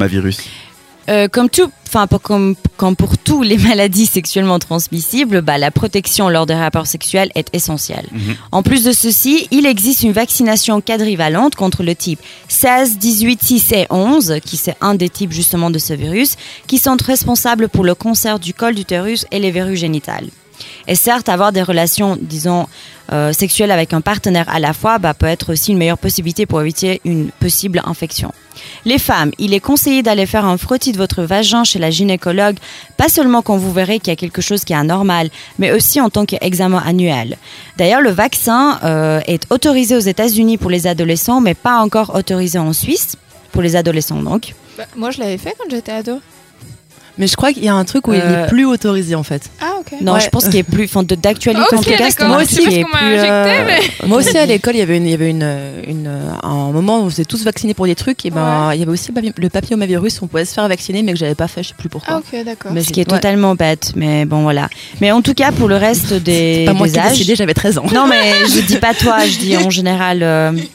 Comme pour toutes les maladies sexuellement transmissibles, la protection lors des rapports sexuels est essentielle. En plus de ceci, il existe une vaccination quadrivalente contre le type 16, 18, 6 et 11, qui c'est un des types justement de ce virus, qui sont responsables pour le cancer du col d'utérus et les verrues génitales. Et certes, avoir des relations, disons, sexuelles avec un partenaire à la fois peut être aussi une meilleure possibilité pour éviter une possible infection. Les femmes, il est conseillé d'aller faire un frottis de votre vagin chez la gynécologue, pas seulement quand vous verrez qu'il y a quelque chose qui est anormal, mais aussi en tant qu'examen annuel. D'ailleurs, le vaccin est autorisé aux États-Unis pour les adolescents, mais pas encore autorisé en Suisse, pour les adolescents donc. Moi, je l'avais fait quand j'étais ado. Mais je crois qu'il y a un truc où il n'est plus autorisé en fait. Ah ok. Non, je pense qu'il est plus d'actualité en tout cas. Moi aussi, parce qu'on m'a injecté. Mais... Moi aussi à l'école, il y avait un moment où on faisait tous vacciner pour des trucs. Et il y avait aussi le papillomavirus, on pouvait se faire vacciner, mais que j'avais pas fait, je sais plus pourquoi. Ah ok, d'accord. Mais ce qui est totalement bête, mais bon voilà. Mais en tout cas, pour le reste des pas moi des qui ai âges, décidé, j'avais 13 ans. Non, mais je dis pas toi, je dis en général.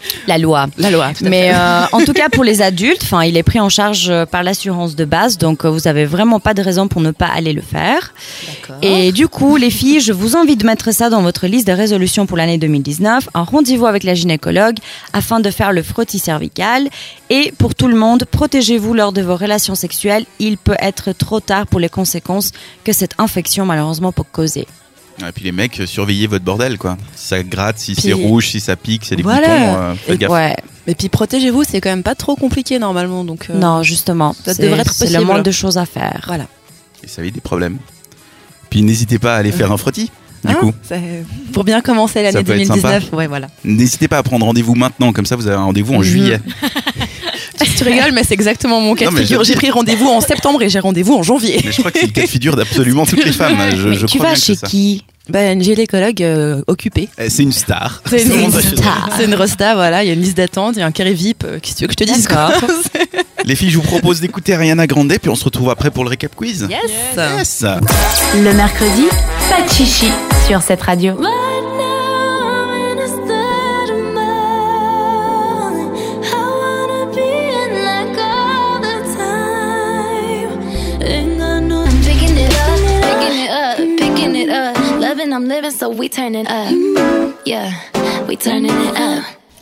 La loi. La loi, tout à Mais fait. en tout cas, pour les adultes, il est pris en charge par l'assurance de base, donc vous avez vraiment pas de raison pour ne pas aller le faire. D'accord. Et du coup, les filles, je vous invite de mettre ça dans votre liste de résolutions pour l'année 2019, un rendez-vous avec la gynécologue afin de faire le frottis cervical. Et pour tout le monde, protégez-vous lors de vos relations sexuelles. Il peut être trop tard pour les conséquences que cette infection malheureusement peut causer. Et puis les mecs, surveillez votre bordel, quoi. Si ça gratte, si Puis- c'est rouge, si ça pique, c'est des Voilà. boutons, faites gaffe. Ouais, Et puis protégez-vous, c'est quand même pas trop compliqué normalement. Donc, non, justement, ça c'est devrait être c'est le possible. moins de choses à faire. Voilà. Et ça a eu des problèmes. Puis n'hésitez pas à aller faire un frottis, du coup. Pour bien commencer l'année Ça peut être 2019. Ouais, voilà. N'hésitez pas à prendre rendez-vous maintenant, comme ça vous avez un rendez-vous en juillet. Tu rigoles, mais c'est exactement mon cas Non, de mais figure. je- J'ai pris rendez-vous en septembre et j'ai rendez-vous en janvier. Mais je crois que c'est le cas de figure d'absolument toutes les femmes. Je Mais tu crois vas bien que chez c'est ça. qui? Une gynécologue occupée. C'est une star. C'est une Comment ça, star. C'est une resta, voilà. Il y a une liste d'attente, il y a un carré VIP. Qu'est-ce que tu veux que je te dise quoi Les filles, je vous propose d'écouter Ariana Grande, puis on se retrouve après pour le récap quiz. Yes. Yes. Le mercredi, pas de chichi sur cette radio. Right now I'm in a state of mind. I wanna be in like all the time. Ain't got no. I'm picking it up, picking it up. Loving, I'm living, so we turn it up. Yeah, we turning it up.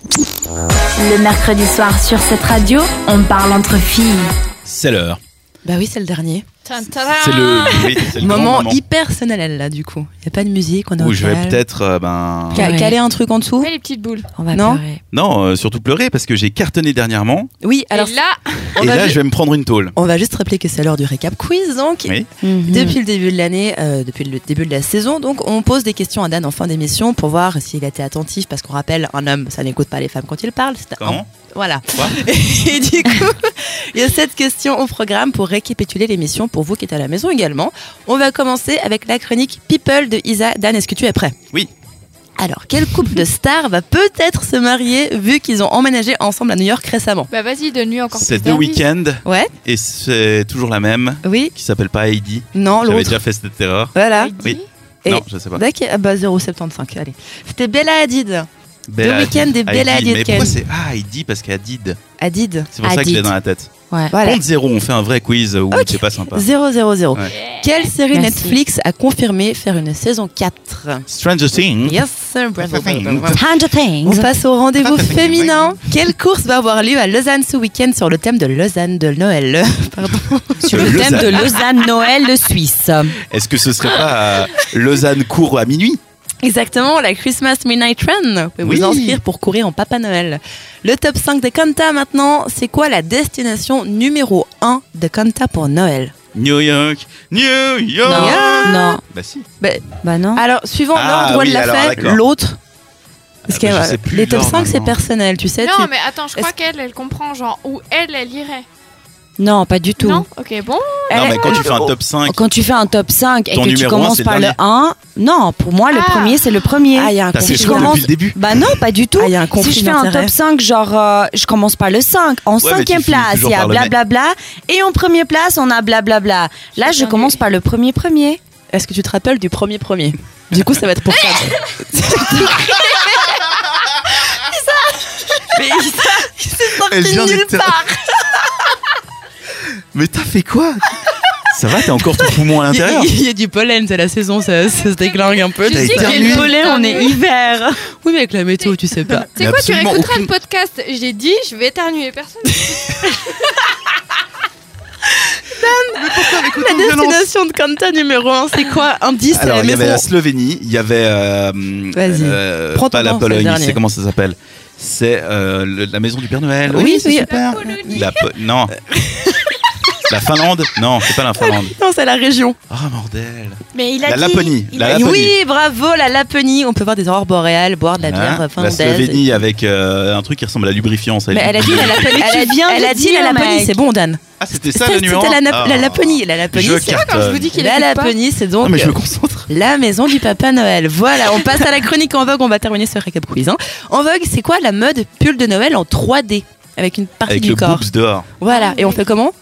Le mercredi soir sur cette radio, on parle entre filles. C'est l'heure. Bah oui, c'est le dernier. Tan-ta-da. C'est le, oui, c'est le grand Moment moment hyper personnel là, du coup. Il n'y a pas de musique, on est où au je vais calme. peut-être, Ouais. Caler un truc en dessous. Fais les petites boules. On va Non. pleurer. non, surtout pleurer parce que j'ai cartonné dernièrement Oui, alors Et là, on et va là ju- je vais me prendre une tôle. on va juste rappeler que c'est l'heure du récap quiz, donc. Oui. Depuis le début de l'année, depuis le début de la saison, donc on pose des questions à Dan en fin d'émission pour voir s'il a été attentif, parce qu'on rappelle, un homme, ça n'écoute pas les femmes quand il parle. C'est un- Comment Voilà. Quoi Et du coup, il y a 7 questions au programme pour récapituler l'émission pour vous qui êtes à la maison également. On va commencer avec la chronique People de Isa. Dan, est-ce que tu es prêt? Oui. Alors, quel couple de stars va peut-être se marier vu qu'ils ont emménagé ensemble à New York récemment? bah vas-y, donne-lui encore C'est plus The d'indices. Weeknd Ouais. et c'est toujours la même Oui. qui s'appelle pas Heidi. Non, J'avais l'autre. déjà fait cette erreur. Voilà. Heidi. Oui. Et- Non, je sais pas. D'accord. Ah bah 0,75. Allez. C'était Bella Hadid. Bella The Weeknd Hadid. et Bella Heidi. Hadid. Mais pourquoi c'est Heidi parce qu'Hadid. Hadid. C'est pour ça que je l'ai Hadid. dans la tête. Ouais. Voilà. Compte 0, on fait un vrai quiz où c'est pas sympa. 0,00. Ouais. Quelle série Merci. Netflix a confirmé faire une saison 4? Stranger Things. Yes, sir. Stranger Things. Stranger Things. On passe au rendez-vous féminin. Quelle course va avoir lieu à Lausanne ce week-end sur le thème de Lausanne de Noël? Pardon. Sur le thème de Lausanne Noël le Suisse. Est-ce que ce serait pas Lausanne court à minuit? Exactement, la Christmas Midnight Run. Vous pouvez Oui. vous inscrire pour courir en Papa Noël. Le top 5 de Kanta maintenant. C'est quoi la destination numéro 1 de Kanta pour Noël? New York, New York. Non. Non. Bah si. Bah non. Alors, suivant Ah, l'ordre où elle oui, l'a alors, fait, d'accord. l'autre. Parce que bah, je sais plus les top l'ordre 5, c'est maintenant. personnel, tu sais. Non, tu- mais attends, je crois qu'elle comprend genre où elle irait. Non, pas du tout. Non. Ok, bon. Non, mais quand tu fais un top 5, Quand tu fais un top 5 et Ton que tu numéro un, commences c'est par le le 1, non, pour moi, le Ah. premier, c'est le premier. Ah, il y a un t'as fait si conflit je quoi commence- depuis le début? Bah non, pas du tout. Ah, il y a un Si conflit je fais un d'intérêt. top 5, genre, je commence par le 5. En Ouais, mais tu 5e finis place, toujours il y a par le mec. blablabla. Et en première place, on a blablabla. Là, je entendu. commence par le premier. Est-ce que tu te rappelles du premier? Du coup, ça va être pour 4. Mais Elle vient nulle d'être- part. Mais t'as fait quoi? Ça va, t'es encore tout poumon à l'intérieur? Il y a du pollen, c'est la saison, ça se déglingue un peu. T'as sais éternué. qu'il y a le pollen, on est hiver. Oui, mais avec la météo, tu sais pas. C'est Mais quoi, tu absolument réécouteras aucune- le podcast. J'ai dit, je vais éternuer. Personne. La destination de Kanta numéro 1, c'est quoi? Un 10 à Alors, la il y avait maison. la Slovénie, il y avait. Vas-y. Prends ton pas la temps, c'est le Pologne, dernier. c'est comment ça s'appelle? C'est la maison du Père Noël. Oui, c'est oui. super. Non. La Finlande? Non, c'est pas la Finlande. Non, c'est la région. Ah, bordel. Mais il La Laponie. La Laponie. Oui, bravo, la Laponie. On peut voir des aurores boréales, boire de la bière Hein, la finlandaise. Slovénie avec un truc qui ressemble à lubrifiant. Ça Mais elle a dit la Laponie. Elle a dit la Laponie, c'est bon, Dan. Ah, c'était ça le numéro C'était un? la Laponie. La Laponie, Je c'est cartonne. Quand je vous dis qu'il la écoute pas. Laponie, c'est donc Non, mais je me concentre. la maison du Papa Noël. Voilà, on passe à la chronique En Vogue. On va terminer ce récap quiz. Hein. En Vogue, c'est quoi la mode pull de Noël en 3D avec une partie Avec du le corps? boobs dehors. Voilà, et on fait comment?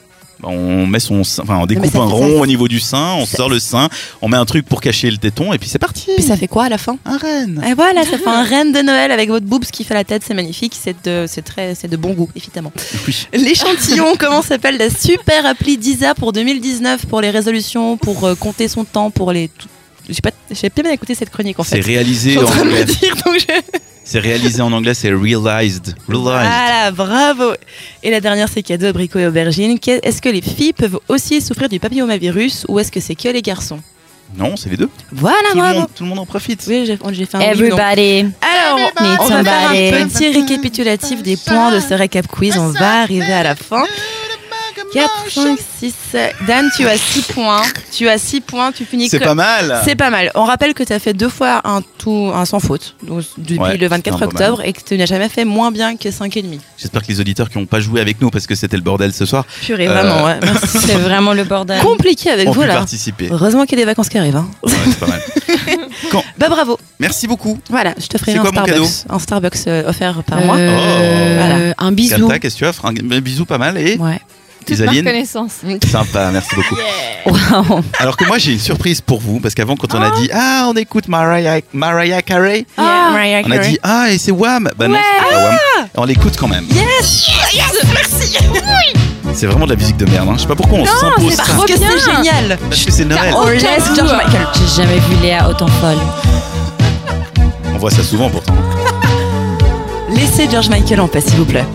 On met son sein, enfin on mais découpe ça un fait rond ça. au niveau du sein, on sort le sein, on met un truc pour cacher le téton et puis c'est parti. Puis ça fait quoi à la fin? Un renne. Et voilà, ça fait un renne de Noël avec votre boobs qui fait la tête, c'est magnifique, c'est de bon goût, évidemment. Oui. L'échantillon, comment s'appelle la super appli d'Isa pour 2019 pour les résolutions, pour compter son temps, pour les. J'ai peut-être bien écouté cette chronique en fait. C'est réalisé Je suis en en train de me anglais. dire, donc C'est réalisé en anglais, c'est realized. Voilà, bravo. Et la dernière, c'est cadeau abricot et aubergine. Est-ce que les filles peuvent aussi souffrir du papillomavirus ou est-ce que c'est que les garçons? Non, c'est les deux. Voilà, bravo. Tout le monde en profite. Oui, j'ai fait un oui, non. Everybody. Alors, Need on va faire somebody. un petit récapitulatif des points de ce récap quiz. On va arriver à la fin. 4, 5, 6. Dan, tu as 6 points. Tu finis C'est pas mal. C'est pas mal. On rappelle que tu as fait 2 fois un sans faute donc, depuis Ouais, le 24 c'est un peu octobre et que tu n'as jamais fait moins bien que 5,5. J'espère que les auditeurs qui n'ont pas joué avec nous parce que c'était le bordel ce soir Purée, vraiment, ouais. Merci. C'est vraiment le bordel. Compliqué avec ont vous pu là. participer. Heureusement qu'il y a des vacances qui arrivent. Hein. Ouais, c'est pas mal. Bah bravo. Merci beaucoup. Voilà, je te ferai C'est un quoi mon cadeau Starbucks offert par mois. Oh. Un bisou. Kata, qu'est-ce que tu offres? Un bisou pas mal et Ouais. Toute ma Isaline. reconnaissance. Sympa, merci beaucoup. Wow. Alors que moi j'ai une surprise pour vous parce qu'avant quand on a dit on écoute Mariah Carey, Mariah on a Carey. dit et c'est Wham. Bah non, c'est pas Wham. On l'écoute quand même. Yes, merci. C'est vraiment de la musique de merde. Hein. Je sais pas pourquoi on s'impose ça. Parce que c'est génial. Parce que c'est Noël. Oh, Laisse George Michael. J'ai jamais vu Léa autant folle. On voit ça souvent pourtant. Laissez George Michael en paix, s'il vous plaît.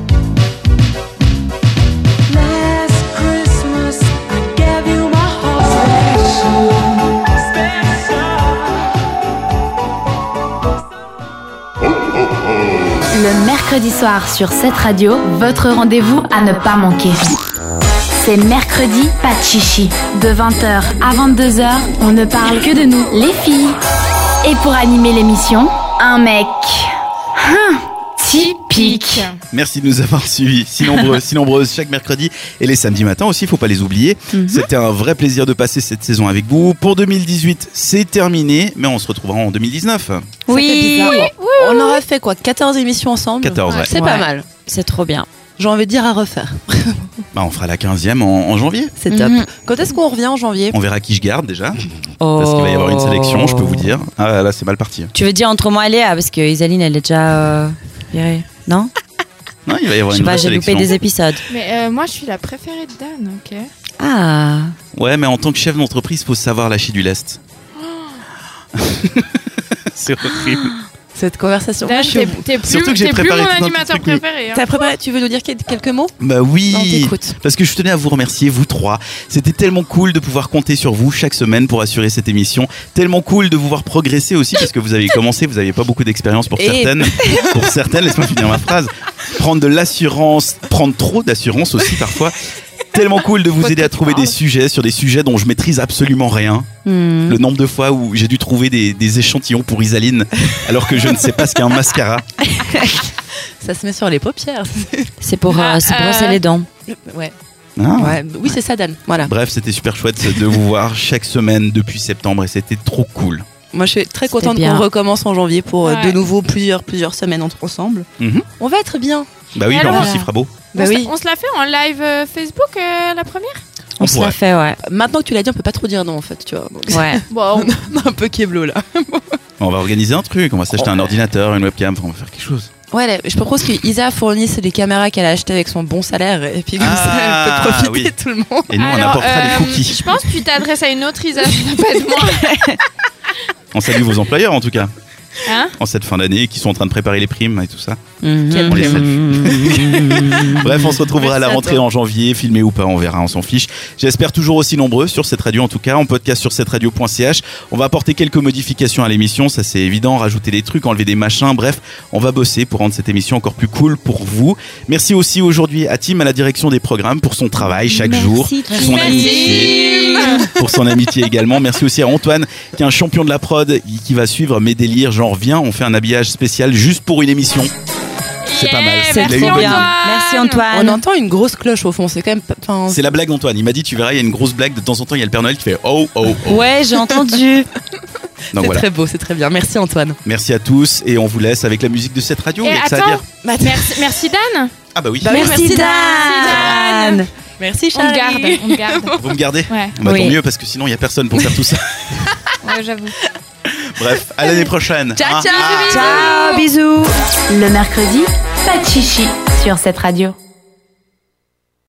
Le mercredi soir sur cette radio, votre rendez-vous à ne pas manquer. C'est mercredi, pas de chichi. De 20h à 22h, on ne parle que de nous, les filles. Et pour animer l'émission, un mec. Typique. Merci de nous avoir suivis, si nombreuses chaque mercredi et les samedis matins aussi, faut pas les oublier. C'était un vrai plaisir de passer cette saison avec vous. Pour 2018, c'est terminé, mais on se retrouvera en 2019. Oui. On aura fait quoi 14 émissions ensemble 14, ouais. C'est pas Ouais. mal. C'est trop bien. J'ai envie de dire à refaire. Bah, on fera la 15e en janvier. C'est top. Quand est-ce qu'on revient en janvier? On verra qui je garde déjà, Oh. parce qu'il va y avoir une sélection, je peux vous dire. Ah là, c'est mal parti. Tu veux dire entre moi et Léa parce que Isaline elle est déjà virée. Non? Non, il va y avoir Je sais une pas, vraie j'ai loupé sélection. des épisodes. Mais moi, je suis la préférée de Dan, ok. Ah. Ouais, mais en tant que chef d'entreprise, faut savoir lâcher du lest. C'est horrible. Cette conversation. Dan, t'es Surtout que j'ai plus préparé mon tout un animateur truc, mais- préféré. hein. T'as préparé? Tu veux nous dire quelques mots? Bah On oui, t'écoute. parce que je tenais à vous remercier, vous trois. C'était tellement cool de pouvoir compter sur vous chaque semaine pour assurer cette émission. Tellement cool de vous voir progresser aussi, parce que vous avez commencé, vous n'aviez pas beaucoup d'expérience pour Et- certaines. Pour certaines, laisse-moi finir ma phrase. Prendre de l'assurance, prendre trop d'assurance aussi parfois. Tellement cool de vous aider à trouver des sujets sur des sujets dont je maîtrise absolument rien. Hmm. Le nombre de fois où j'ai dû trouver des échantillons pour Isaline alors que je ne sais pas ce qu'est un mascara. Ça se met sur les paupières. C'est pour se brosser les dents. Ouais. Ah. Ouais. Oui, c'est ça, Dan. Voilà. Bref, c'était super chouette de vous voir chaque semaine depuis septembre et c'était trop cool. Moi, je suis très C'était contente bien. qu'on recommence en janvier pour Ouais. de nouveau plusieurs semaines ensemble. Mhm. On va être bien. Bah oui, Et en alors plus il fera beau. Bah on, oui. on se l'a fait en live Facebook, la première. On se l'a fait, ouais. Maintenant que tu l'as dit, on peut pas trop dire non en fait, tu vois. Donc, Ouais. Bon, on a un peu kéblo là. On va organiser un truc, on va s'acheter un ordinateur, une webcam, enfin, on va faire quelque chose. Ouais, je propose que Isa fournisse les caméras qu'elle a achetées avec son bon salaire et puis comme ça, elle peut profiter oui. de tout le monde. Et nous on alors, apportera des cookies. Je pense que tu t'adresses à une autre Isa, pas de moi. On salue vos employeurs en tout cas, Hein en cette fin d'année, qui sont en train de préparer les primes et tout ça. Mhm. On les salue. Bref, on se retrouvera à la Merci à rentrée toi. en janvier, filmé ou pas, on verra, on s'en fiche. J'espère toujours aussi nombreux sur cette radio, en tout cas, en podcast sur cetteradio.ch. On va apporter quelques modifications à l'émission, ça c'est évident, rajouter des trucs, enlever des machins, bref, on va bosser pour rendre cette émission encore plus cool pour vous. Merci aussi aujourd'hui à Tim à la direction des programmes pour son travail chaque jour, pour son amitié, pour son amitié également. Merci aussi à Antoine qui est un champion de la prod qui va suivre mes délires, genre viens, on fait un habillage spécial juste pour une émission. C'est pas mal. C'est Il a eu trop une bonne bien. idée. Merci On Antoine. entend une grosse cloche au fond, c'est quand même. Enfin, C'est la blague d'Antoine. Il m'a dit, tu verras, il y a une grosse blague. De temps en temps, il y a le Père Noël qui fait oh, oh, oh. Ouais, j'ai entendu. Donc c'est voilà. très beau, c'est très bien. Merci Antoine. Merci à tous et on vous laisse avec la musique de cette radio. Et Il y a que ça à attends, dire. merci Dan. Ah bah oui. Bah oui, Merci merci, Dan. Merci On Charlie. te garde. Vous me gardez? Ouais, Bah, Oui. tant mieux, parce que sinon, il n'y a personne pour faire tout ça. ouais, j'avoue. Bref, à l'année prochaine. Ciao, Hein. ciao. Ciao, bisous. Le mercredi, pas de chichi sur cette radio.